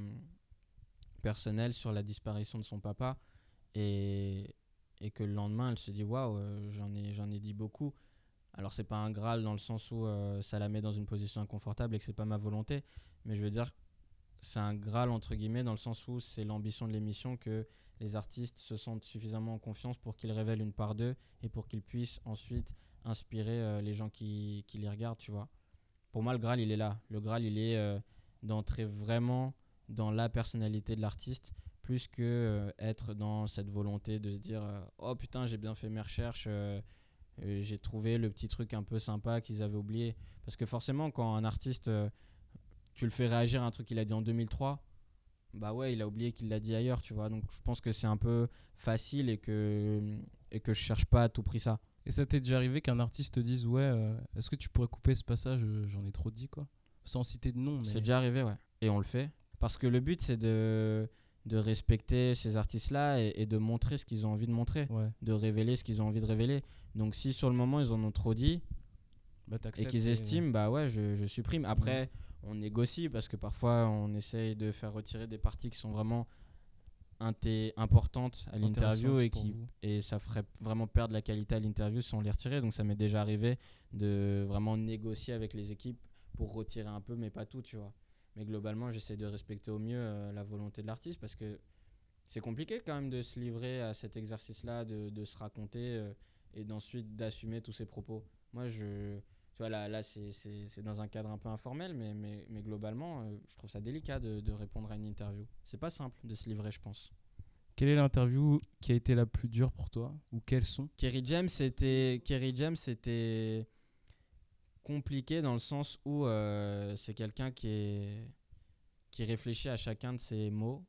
C: personnelles sur la disparition de son papa. Et, et que le lendemain elle se dit waouh, euh, j'en ai j'en ai dit beaucoup. Alors c'est pas un Graal dans le sens où euh, ça la met dans une position inconfortable et que c'est pas ma volonté, mais je veux dire c'est un Graal entre guillemets dans le sens où c'est l'ambition de l'émission que les artistes se sentent suffisamment en confiance pour qu'ils révèlent une part d'eux et pour qu'ils puissent ensuite inspirer euh, les gens qui, qui les regardent, tu vois. Pour moi le Graal il est là, le Graal il est euh, d'entrer vraiment dans la personnalité de l'artiste plus que euh, être dans cette volonté de se dire euh, oh putain j'ai bien fait mes recherches, euh, euh, j'ai trouvé le petit truc un peu sympa qu'ils avaient oublié. Parce que forcément quand un artiste euh, tu le fais réagir à un truc qu'il a dit en deux mille trois, bah ouais il a oublié qu'il l'a dit ailleurs, tu vois. Donc je pense que c'est un peu facile et que, et que je cherche pas à tout prix ça.
B: Et ça t'est déjà arrivé qu'un artiste te dise ouais, euh, est-ce que tu pourrais couper ce passage, euh, j'en ai trop dit quoi, sans citer de nom mais...
C: C'est déjà arrivé, ouais, et on le fait parce que le but c'est de de respecter ces artistes-là et, et de montrer ce qu'ils ont envie de montrer,
B: ouais.
C: de révéler ce qu'ils ont envie de révéler. Donc si sur le moment ils en ont trop dit
B: bah,
C: et qu'ils estiment, et... bah ouais, je, je supprime. Après, mmh. on négocie parce que parfois on essaye de faire retirer des parties qui sont vraiment inté- importantes à l'interview et, qui, et ça ferait vraiment perdre la qualité à l'interview si on les retirait. Donc ça m'est déjà arrivé de vraiment négocier avec les équipes pour retirer un peu, mais pas tout, tu vois. Mais globalement, j'essaie de respecter au mieux euh, la volonté de l'artiste parce que c'est compliqué quand même de se livrer à cet exercice-là, de, de se raconter euh, et d'ensuite d'assumer tous ses propos. Moi, je, tu vois, là, là c'est, c'est, c'est dans un cadre un peu informel, mais, mais, mais globalement, euh, je trouve ça délicat de, de répondre à une interview. C'est pas simple de se livrer, je pense.
B: Quelle est l'interview qui a été la plus dure pour toi ou quelles sont?
C: Kerry James, c'était... Kerry James, c'était... compliqué dans le sens où euh, c'est quelqu'un qui, est, qui réfléchit à chacun de ses mots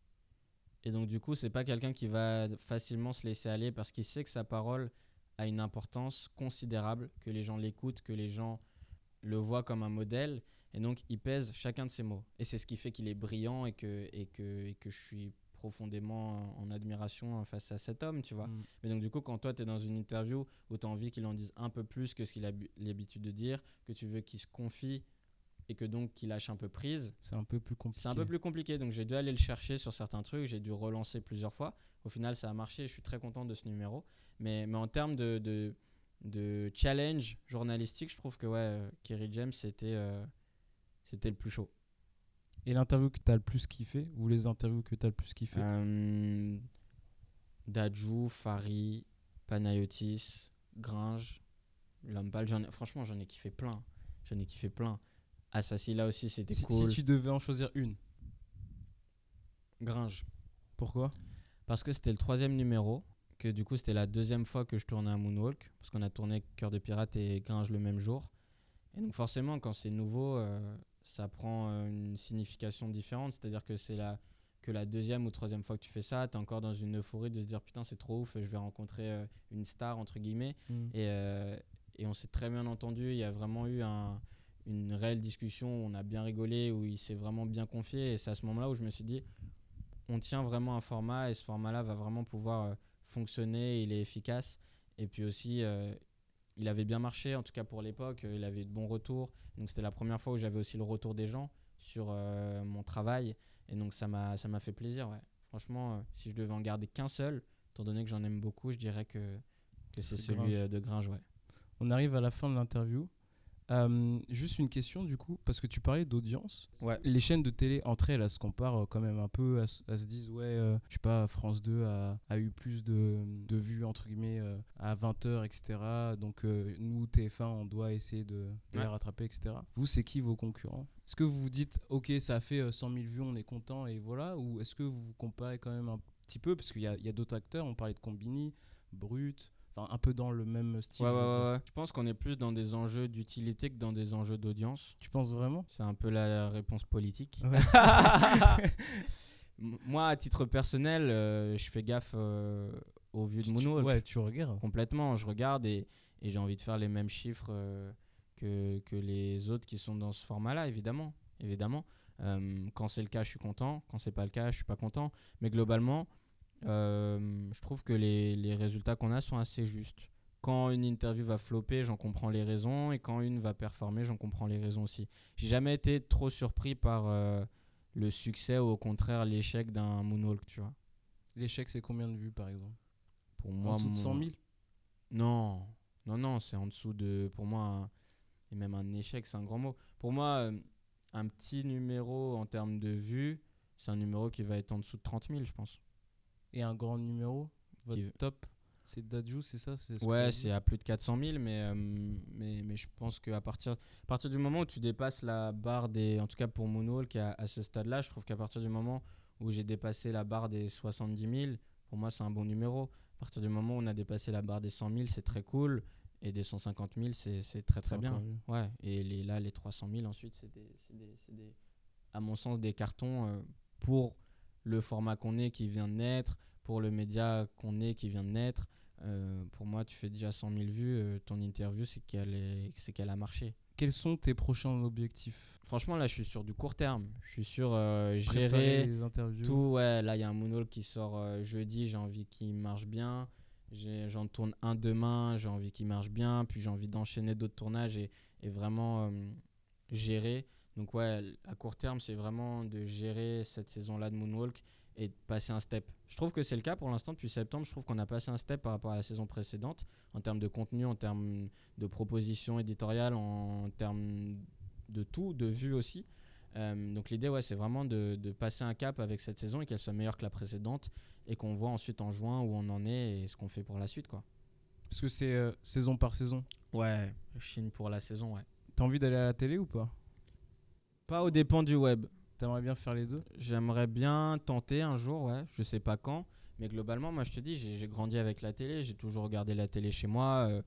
C: et donc du coup c'est pas quelqu'un qui va facilement se laisser aller parce qu'il sait que sa parole a une importance considérable, que les gens l'écoutent, que les gens le voient comme un modèle et donc il pèse chacun de ses mots et c'est ce qui fait qu'il est brillant et que, et que, et que je suis profondément en admiration face à cet homme, tu vois.
B: Mm.
C: Mais donc du coup, quand toi, tu es dans une interview où tu as envie qu'il en dise un peu plus que ce qu'il a l'habitude de dire, que tu veux qu'il se confie et que donc qu'il lâche un peu prise,
B: C'est un peu plus compliqué.
C: c'est un peu plus compliqué. Donc j'ai dû aller le chercher sur certains trucs, j'ai dû relancer plusieurs fois. Au final, ça a marché, je suis très content de ce numéro. Mais, mais en termes de, de, de challenge journalistique, je trouve que ouais, Kerry James, c'était, euh, c'était le plus chaud.
B: Et l'interview que tu as le plus kiffé, ou les interviews que tu as le plus kiffé?
C: Euh, Dadju, Fari, Panayotis, Gringe, Lampal, j'en ai, franchement j'en ai kiffé plein. J'en ai kiffé plein. Assassi là aussi c'était
B: si,
C: cool.
B: Si tu devais en choisir une.
C: Gringe.
B: Pourquoi?
C: Parce que c'était le troisième numéro, que du coup c'était la deuxième fois que je tournais à Moonwalk, parce qu'on a tourné Cœur de Pirate et Gringe le même jour. Et donc forcément quand c'est nouveau, euh, ça prend euh, une signification différente, c'est-à-dire que c'est la, que la deuxième ou troisième fois que tu fais ça, tu es encore dans une euphorie de se dire putain c'est trop ouf, je vais rencontrer euh, une star entre guillemets.
B: Mm.
C: Et, euh, et on s'est très bien entendu, il y a vraiment eu un, une réelle discussion où on a bien rigolé, où il s'est vraiment bien confié. Et c'est à ce moment-là où je me suis dit on tient vraiment un format et ce format-là va vraiment pouvoir euh, fonctionner, il est efficace. Et puis aussi, euh, il avait bien marché, en tout cas pour l'époque, euh, il avait eu de bons retours. Donc c'était la première fois où j'avais aussi le retour des gens sur euh, mon travail. Et donc ça m'a, ça m'a fait plaisir. Ouais. Franchement, euh, si je devais en garder qu'un seul, étant donné que j'en aime beaucoup, je dirais que, que c'est,
B: C'est
C: celui
B: Gringe.
C: euh, de Gringe. Ouais.
B: On arrive à la fin de l'interview. Euh, juste une question du coup, parce que tu parlais d'audience.
C: Ouais.
B: Les chaînes de télé entre elles, elles se comparent quand même un peu, elles, elles se disent ouais, euh, je sais pas, France deux a, a eu plus de, de vues entre guillemets euh, à vingt heures, et cetera. Donc euh, nous, T F un, on doit essayer de, de
C: Ouais.
B: les rattraper, et cetera. Vous, c'est qui vos concurrents? Est-ce que vous vous dites ok, ça a fait euh, cent mille vues, on est content et voilà, ou est-ce que vous vous comparez quand même un petit peu, parce qu'il y a, il y a d'autres acteurs, on parlait de Combini, Brut. Enfin, un peu dans le même style.
C: Ouais,
B: je
C: ouais,
B: veux dire.
C: ouais, ouais. Je pense qu'on est plus dans des enjeux d'utilité que dans des enjeux d'audience.
B: Tu penses vraiment?
C: C'est un peu la réponse politique.
B: Ouais.
C: M- Moi, à titre personnel, euh, je fais gaffe euh, aux vues de
B: Tu-
C: Moonwalk.
B: Ouais, tu regardes.
C: Complètement. Je regarde et, et j'ai envie de faire les mêmes chiffres euh, que, que les autres qui sont dans ce format-là, évidemment. évidemment. Euh, quand c'est le cas, je suis content. Quand c'est pas le cas, je suis pas content. Mais globalement, euh, je trouve que les, les résultats qu'on a sont assez justes. Quand une interview va flopper, j'en comprends les raisons. Et quand une va performer, j'en comprends les raisons aussi. J'ai jamais été trop surpris par euh, le succès ou au contraire l'échec d'un Moonwalk, tu vois.
B: L'échec, c'est combien de vues par exemple?
C: Pour moi,
B: En dessous de
C: mon-
B: cent mille?
C: Non, non, non, c'est en dessous de. Pour moi, un- et même un échec, c'est un grand mot. Pour moi, euh, un petit numéro en termes de vues, c'est un numéro qui va être en dessous de trente mille, je pense.
B: Et un grand numéro? Votre
C: Qui-
B: top? C'est Dadju, c'est ça? C'est ce que t'as
C: Ouais,
B: dit?
C: c'est à plus de quatre cent mille, mais, euh, mais, mais je pense qu'à partir, à partir du moment où tu dépasses la barre des. En tout cas pour Moonwalk, à, à ce stade-là, je trouve qu'à partir du moment où j'ai dépassé la barre des soixante-dix mille, pour moi, c'est un bon numéro. À partir du moment où on a dépassé la barre des cent mille, c'est très cool. Et des cent cinquante mille, c'est, c'est très très
B: C'est
C: bien.
B: encore mieux.
C: Ouais, et les, là, les trois cent mille, ensuite, c'est, des, c'est, des, c'est des, à mon sens, des cartons euh, pour le format qu'on est qui vient de naître, pour le média qu'on est qui vient de naître. Euh, pour moi, tu fais déjà cent mille vues, euh, ton interview, c'est qu'elle, est, c'est qu'elle a marché.
B: Quels sont tes prochains objectifs?
C: Franchement, là, je suis sur du court terme. Je suis sur euh,
B: Préparer
C: gérer
B: les interviews.
C: tout. Ouais, là, il y a un Moonwalk qui sort euh, jeudi, j'ai envie qu'il marche bien. J'ai, j'en tourne un demain, j'ai envie qu'il marche bien. Puis j'ai envie d'enchaîner d'autres tournages et, et vraiment euh, gérer. Donc ouais, à court terme, c'est vraiment de gérer cette saison-là de Moonwalk et de passer un step. Je trouve que c'est le cas pour l'instant depuis septembre. Je trouve qu'on a passé un step par rapport à la saison précédente en termes de contenu, en termes de propositions éditoriales, en termes de tout, de vues aussi. Euh, donc l'idée, ouais, c'est vraiment de, de passer un cap avec cette saison et qu'elle soit meilleure que la précédente et qu'on voit ensuite en juin où on en est et ce qu'on fait pour la suite, quoi.
B: Parce que c'est euh, saison par saison.
C: Ouais, Chine pour la saison, ouais.
B: T'as envie d'aller à la télé ou pas?
C: Pas aux dépens du web.
B: T'aimerais bien faire les deux?
C: J'aimerais bien tenter un jour, ouais, je sais pas quand, mais globalement, moi je te dis, j'ai, j'ai grandi avec la télé, j'ai toujours regardé la télé chez moi, euh,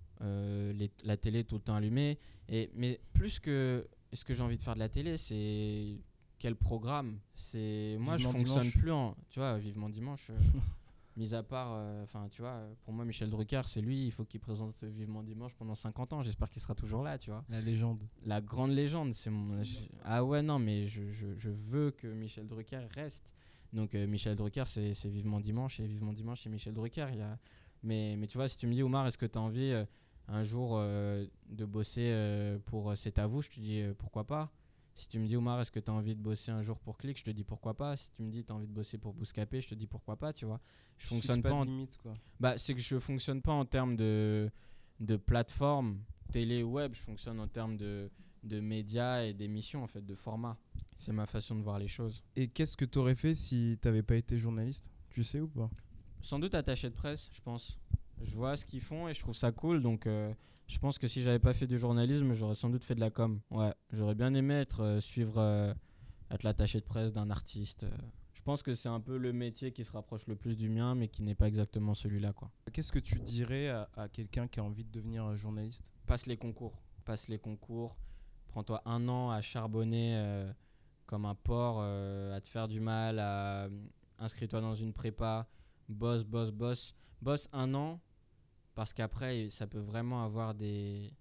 C: euh, les- la télé tout le temps allumée. Et, mais plus que est-ce que j'ai envie de faire de la télé, c'est quel programme. C'est moi
B: Vivement
C: je fonctionne
B: dimanche.
C: plus en, tu vois, vivement dimanche. euh, mis à part, enfin tu vois, pour moi Michel Drucker, c'est lui, il faut qu'il présente Vivement dimanche pendant cinquante ans. J'espère qu'il sera toujours là, tu vois.
B: La légende.
C: La grande légende, c'est mon. je- Ah ouais, non, mais je, je, je veux que Michel Drucker reste. Donc euh, Michel Drucker, c'est, c'est Vivement Dimanche, et Vivement Dimanche, c'est Michel Drucker. Il y a... mais, mais tu vois, si tu me dis, Oumar, est-ce que tu as envie euh, un jour euh, de bosser euh, pour euh, C'est à vous, je te dis euh, pourquoi pas. Si tu me dis, Oumar, est-ce que tu as envie de bosser un jour pour Click, je te dis pourquoi pas. Si tu me dis, tu as envie de bosser pour Bouscapé, je te dis pourquoi pas, tu vois. Je
B: Tu
C: fonctionne
B: fixes
C: pas,
B: pas
C: en...
B: de limite, quoi.
C: bah, c'est que je fonctionne pas en termes de, de plateforme, télé ou web, je fonctionne en termes de, de médias et d'émissions, en fait, de format. C'est ma façon de voir les choses.
B: Et qu'est-ce que tu aurais fait si t'avais pas été journaliste? Tu sais ou pas?
C: Sans doute attaché de presse, je pense. Je vois ce qu'ils font et je trouve ça cool, donc euh, je pense que si j'avais pas fait du journalisme, j'aurais sans doute fait de la com. Ouais, j'aurais bien aimé être, euh, suivre, euh, être l'attaché de presse d'un artiste. euh. Je pense que c'est un peu le métier qui se rapproche le plus du mien, mais qui n'est pas exactement celui-là, quoi.
B: Qu'est-ce que tu dirais à, à quelqu'un qui a envie de devenir euh, journaliste?
C: Passe les concours. Passe les concours. Prends-toi un an à charbonner euh, comme un porc, euh, à te faire du mal, à inscris-toi dans une prépa, bosse, bosse, bosse. Bosse un an, parce qu'après, ça peut vraiment avoir des,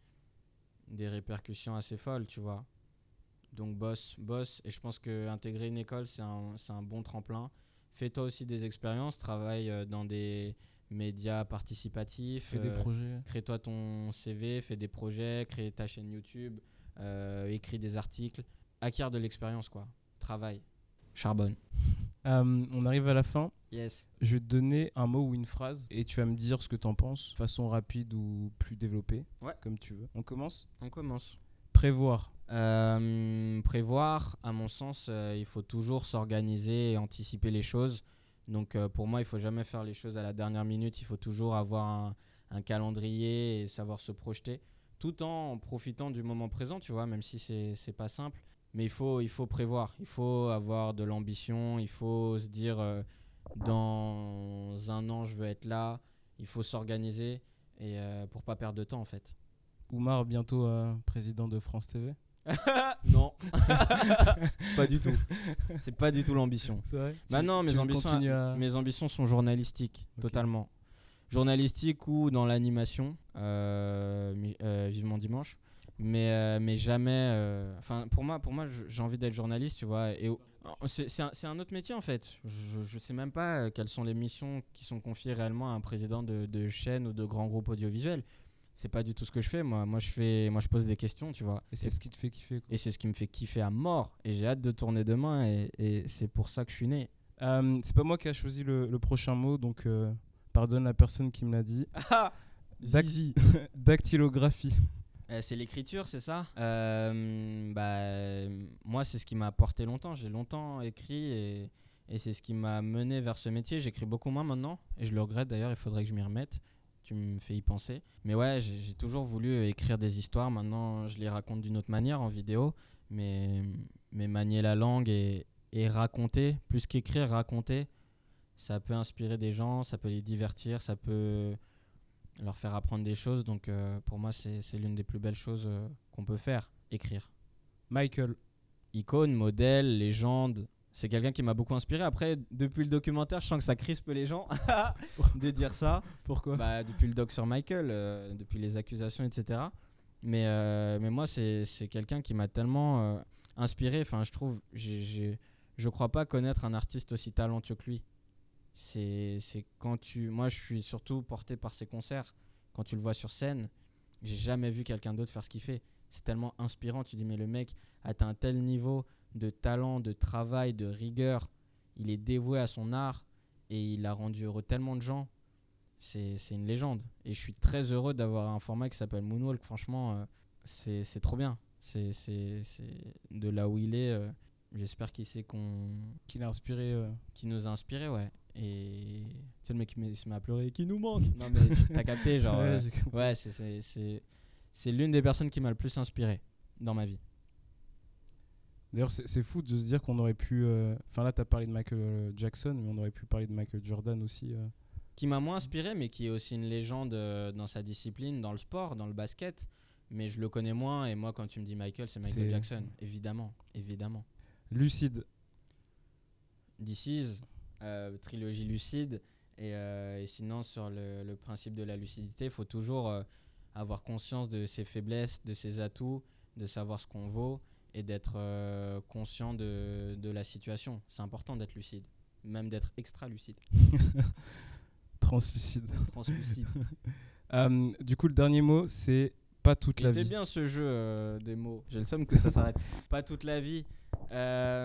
C: des répercussions assez folles, tu vois. Donc bosse, bosse. Et je pense qu'intégrer une école, c'est un, c'est un bon tremplin. Fais-toi aussi des expériences, travaille euh, dans des médias participatifs.
B: Fais des
C: euh,
B: projets.
C: Crée-toi ton C V, fais des projets, crée ta chaîne YouTube, euh, écris des articles, acquiert de l'expérience, quoi. Travaille, charbonne.
B: Euh, on arrive à la fin.
C: Yes.
B: Je vais te donner un mot ou une phrase et tu vas me dire ce que t'en penses, façon rapide ou plus développée,
C: Ouais.
B: comme tu veux. On commence.
C: On commence.
B: Prévoir.
C: Euh, prévoir, à mon sens, euh, il faut toujours s'organiser et anticiper les choses. Donc euh, pour moi, il faut jamais faire les choses à la dernière minute. Il faut toujours avoir un, un calendrier et savoir se projeter, tout en profitant du moment présent, tu vois, même si c'est c'est pas simple. Mais il faut, il faut prévoir, il faut avoir de l'ambition, il faut se dire euh, dans un an je veux être là, il faut s'organiser et euh, pour pas perdre de temps en fait.
B: Oumar, bientôt euh, président de France T V.
C: Non, pas du tout. C'est pas du tout l'ambition.
B: C'est vrai?
C: Bah
B: Tu-
C: non,
B: tu
C: mes
B: veux
C: ambitions,
B: continuer à-
C: mes ambitions sont journalistiques,
B: Ok.
C: totalement. Journalistiques ou dans l'animation, euh, mi- euh, Vivement Dimanche. Mais, euh, mais jamais. Enfin, pour moi, pour moi, je- j'ai envie d'être journaliste, tu vois. Et au- c'est, c'est, un, c'est un autre métier en fait. Je, je sais même pas euh, quelles sont les missions qui sont confiées réellement à un président de, de chaîne ou de grand groupe audiovisuel. C'est pas du tout ce que je fais. Moi, moi, je fais, moi, je pose des questions, tu vois.
B: Et c'est ce qui te fait kiffer, quoi.
C: Et c'est ce qui me fait kiffer à mort. Et j'ai hâte de tourner demain. Et, et c'est pour ça que je suis né.
B: Euh, c'est pas moi qui a choisi le, le prochain mot, donc euh, pardonne la personne qui me l'a dit. Dac-
C: Zizi.
B: Dactylographie.
C: Euh, c'est l'écriture, c'est ça. Euh, bah, euh, moi, c'est ce qui m'a apporté longtemps. J'ai longtemps écrit et, et c'est ce qui m'a mené vers ce métier. J'écris beaucoup moins maintenant et je le regrette d'ailleurs. Il faudrait que je m'y remette. Tu me fais y penser. Mais ouais, j'ai, j'ai toujours voulu écrire des histoires. Maintenant, je les raconte d'une autre manière en vidéo. Mais, mais manier la langue et, et raconter, plus qu'écrire, raconter, ça peut inspirer des gens, ça peut les divertir, ça peut leur faire apprendre des choses. Donc euh, pour moi, c'est, c'est l'une des plus belles choses euh, qu'on peut faire, écrire.
B: Michael.
C: Icône, modèle, légende. C'est quelqu'un qui m'a beaucoup inspiré. Après, depuis le documentaire, je sens que ça crispe les gens de dire ça.
B: Pourquoi?
C: Bah, depuis le doc sur Michael, euh, depuis les accusations, et cetera. Mais, euh, mais moi, c'est, c'est quelqu'un qui m'a tellement euh, inspiré. Enfin, je trouve, j'ai, j'ai, je crois pas connaître un artiste aussi talentueux que lui. C'est, c'est quand tu, moi, je suis surtout porté par ses concerts. Quand tu le vois sur scène, j'ai jamais vu quelqu'un d'autre faire ce qu'il fait. C'est tellement inspirant. Tu dis, mais le mec atteint un tel niveau de talent, de travail, de rigueur. Il est dévoué à son art et il a rendu heureux tellement de gens. C'est, c'est une légende. Et je suis très heureux d'avoir un format qui s'appelle Moonwalk. Franchement, euh, c'est, c'est trop bien. C'est, c'est, c'est de là où il est. Euh, j'espère qu'il sait qu'on...
B: Qui l'a inspiré euh,
C: Qui nous a inspiré, ouais. Et c'est le mec qui m'a- se met à pleurer, qui nous manque. Non mais tu- t'as capté, genre...
B: Ouais,
C: euh,
B: j'ai compris.
C: ouais, c'est, c'est, c'est, c'est l'une des personnes qui m'a le plus inspiré dans ma vie.
B: D'ailleurs, c'est, c'est fou de se dire qu'on aurait pu. Enfin, là, t'as parlé de Michael Jackson, mais on aurait pu parler de Michael Jordan aussi. euh.
C: Qui m'a moins inspiré, mais qui est aussi une légende euh, dans sa discipline, dans le sport, dans le basket. Mais je le connais moins, et moi, quand tu me dis Michael, c'est Michael
B: C'est-
C: Jackson. Évidemment, évidemment.
B: Lucide.
C: This Is, euh, trilogie lucide. Et, euh, et sinon, sur le, le principe de la lucidité, il faut toujours euh, avoir conscience de ses faiblesses, de ses atouts, de savoir ce qu'on vaut et d'être euh, conscient de, de la situation. C'est important d'être lucide. même d'être extra lucide.
B: Translucide.
C: Translucide.
B: Euh, du coup, le dernier mot, c'est pas toute
C: Il
B: la
C: était
B: vie.
C: bien ce jeu euh, des mots. J'ai le somme que ça s'arrête. Pas toute la vie. Euh,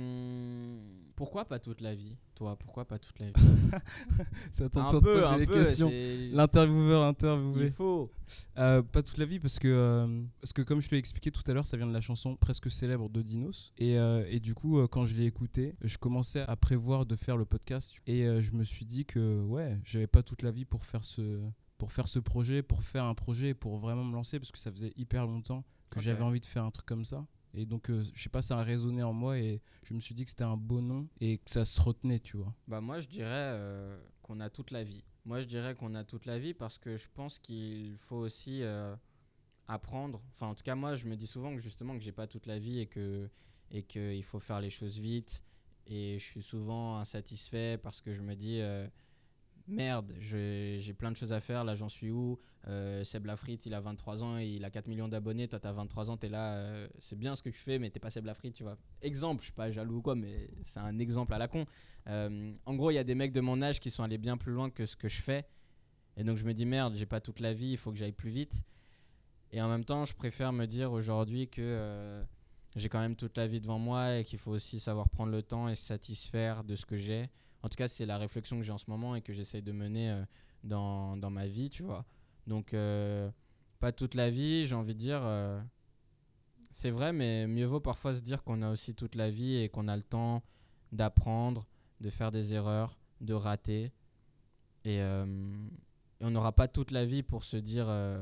C: Pourquoi pas toute la vie, toi? Pourquoi pas toute la vie?
B: C'est à ton
C: Un
B: tour de
C: peu,
B: poser
C: un
B: les
C: peu.
B: questions.
C: c'est-
B: L'intervieweur interviewé.
C: Il faut.
B: Euh, pas toute la vie parce que, euh, parce que comme je te l'ai expliqué tout à l'heure, ça vient de la chanson presque célèbre de Dinos. Et, euh, et du coup, euh, quand je l'ai écouté, je commençais à prévoir de faire le podcast. Et euh, je me suis dit que ouais, j'avais pas toute la vie pour faire ce, pour faire ce projet, pour faire un projet, pour vraiment me lancer parce que ça faisait hyper longtemps que
C: Ok.
B: j'avais envie de faire un truc comme ça. Et donc, euh, je sais pas, ça a résonné en moi et je me suis dit que c'était un beau nom et que ça se retenait, tu vois.
C: Bah moi je dirais euh, qu'on a toute la vie. Moi je dirais qu'on a toute la vie parce que je pense qu'il faut aussi euh, apprendre. Enfin en tout cas moi je me dis souvent que justement que j'ai pas toute la vie et que et que il faut faire les choses vite et je suis souvent insatisfait parce que je me dis euh, merde, je- j'ai plein de choses à faire, là j'en suis où? Euh, Seb Lafrite il a vingt-trois ans et il a quatre millions d'abonnés, toi t'as vingt-trois ans, t'es là, euh, c'est bien ce que tu fais mais t'es pas Seb Lafrite, tu vois. Exemple, je suis pas jaloux ou quoi mais c'est un exemple à la con. Euh, en gros il y a des mecs de mon âge qui sont allés bien plus loin que ce que je fais et donc je me dis merde, j'ai pas toute la vie, il faut que j'aille plus vite. Et en même temps je préfère me dire aujourd'hui que euh, j'ai quand même toute la vie devant moi et qu'il faut aussi savoir prendre le temps et se satisfaire de ce que j'ai. En tout cas, c'est la réflexion que j'ai en ce moment et que j'essaye de mener euh, dans, dans ma vie, tu vois. Donc, euh, pas toute la vie, j'ai envie de dire. euh, c'est vrai, mais mieux vaut parfois se dire qu'on a aussi toute la vie et qu'on a le temps d'apprendre, de faire des erreurs, de rater. Et, euh, et on n'aura pas toute la vie pour se dire euh,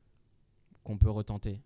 C: qu'on peut retenter.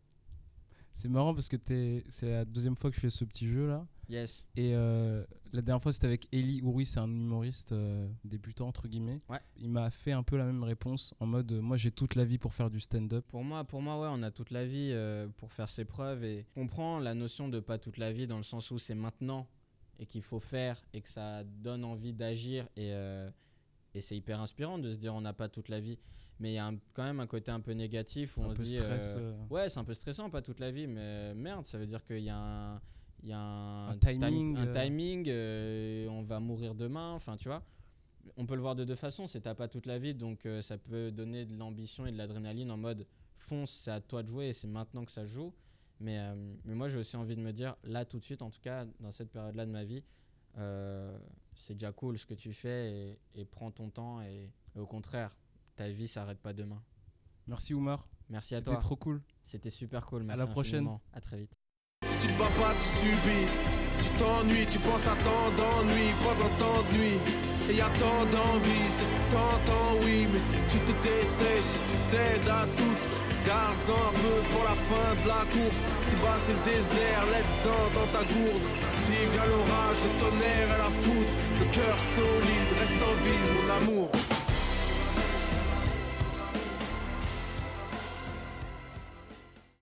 B: C'est marrant parce que t'es, c'est la deuxième fois que je fais ce petit jeu là.
C: Yes.
B: Et euh, la dernière fois c'était avec Eli Ouri, c'est un humoriste euh, débutant entre guillemets.
C: Ouais.
B: Il m'a fait un peu la même réponse en mode euh, moi j'ai toute la vie pour faire du stand-up.
C: Pour moi, pour moi, ouais, on a toute la vie euh, pour faire ses preuves et je comprends la notion de pas toute la vie dans le sens où c'est maintenant et qu'il faut faire et que ça donne envie d'agir et, euh, et c'est hyper inspirant de se dire on n'a pas toute la vie. Mais il y a un- quand même un côté un peu négatif où
B: Un
C: on se
B: peu
C: dit
B: stress,
C: euh,
B: euh.
C: ouais, c'est un peu stressant, pas toute la vie, mais merde, ça veut dire qu'il y a un, il y a un,
B: Un timing,
C: time- un
B: euh.
C: timing, euh, on va mourir demain, enfin tu vois. On peut le voir de deux façons, c'est t'as pas toute la vie, donc euh, ça peut donner de l'ambition et de l'adrénaline en mode fonce, c'est à toi de jouer et c'est maintenant que ça se joue. Mais, euh, mais moi j'ai aussi envie de me dire, là tout de suite, en tout cas dans cette période-là de ma vie, euh, c'est déjà cool ce que tu fais et, et prends ton temps et, et au contraire, ta vie s'arrête pas demain.
B: Merci Oumar.
C: Merci à
B: C'était
C: toi.
B: trop cool.
C: C'était super cool, merci
B: la prochaine.
C: infiniment. À très vite.
D: Si tu te bats pas, tu subis. Tu t'ennuies, tu penses à tant d'ennuis pendant tant de nuits. Et y a tant d'envie, c'est tant, tant oui. Mais tu te dessèches, tu cèdes à tout. Garde-en un peu pour la fin de la course. Si bas c'est le désert, laisse-en dans ta gourde. Si vient l'orage, le tonnerre et la foudre, le cœur solide reste en vie, mon amour.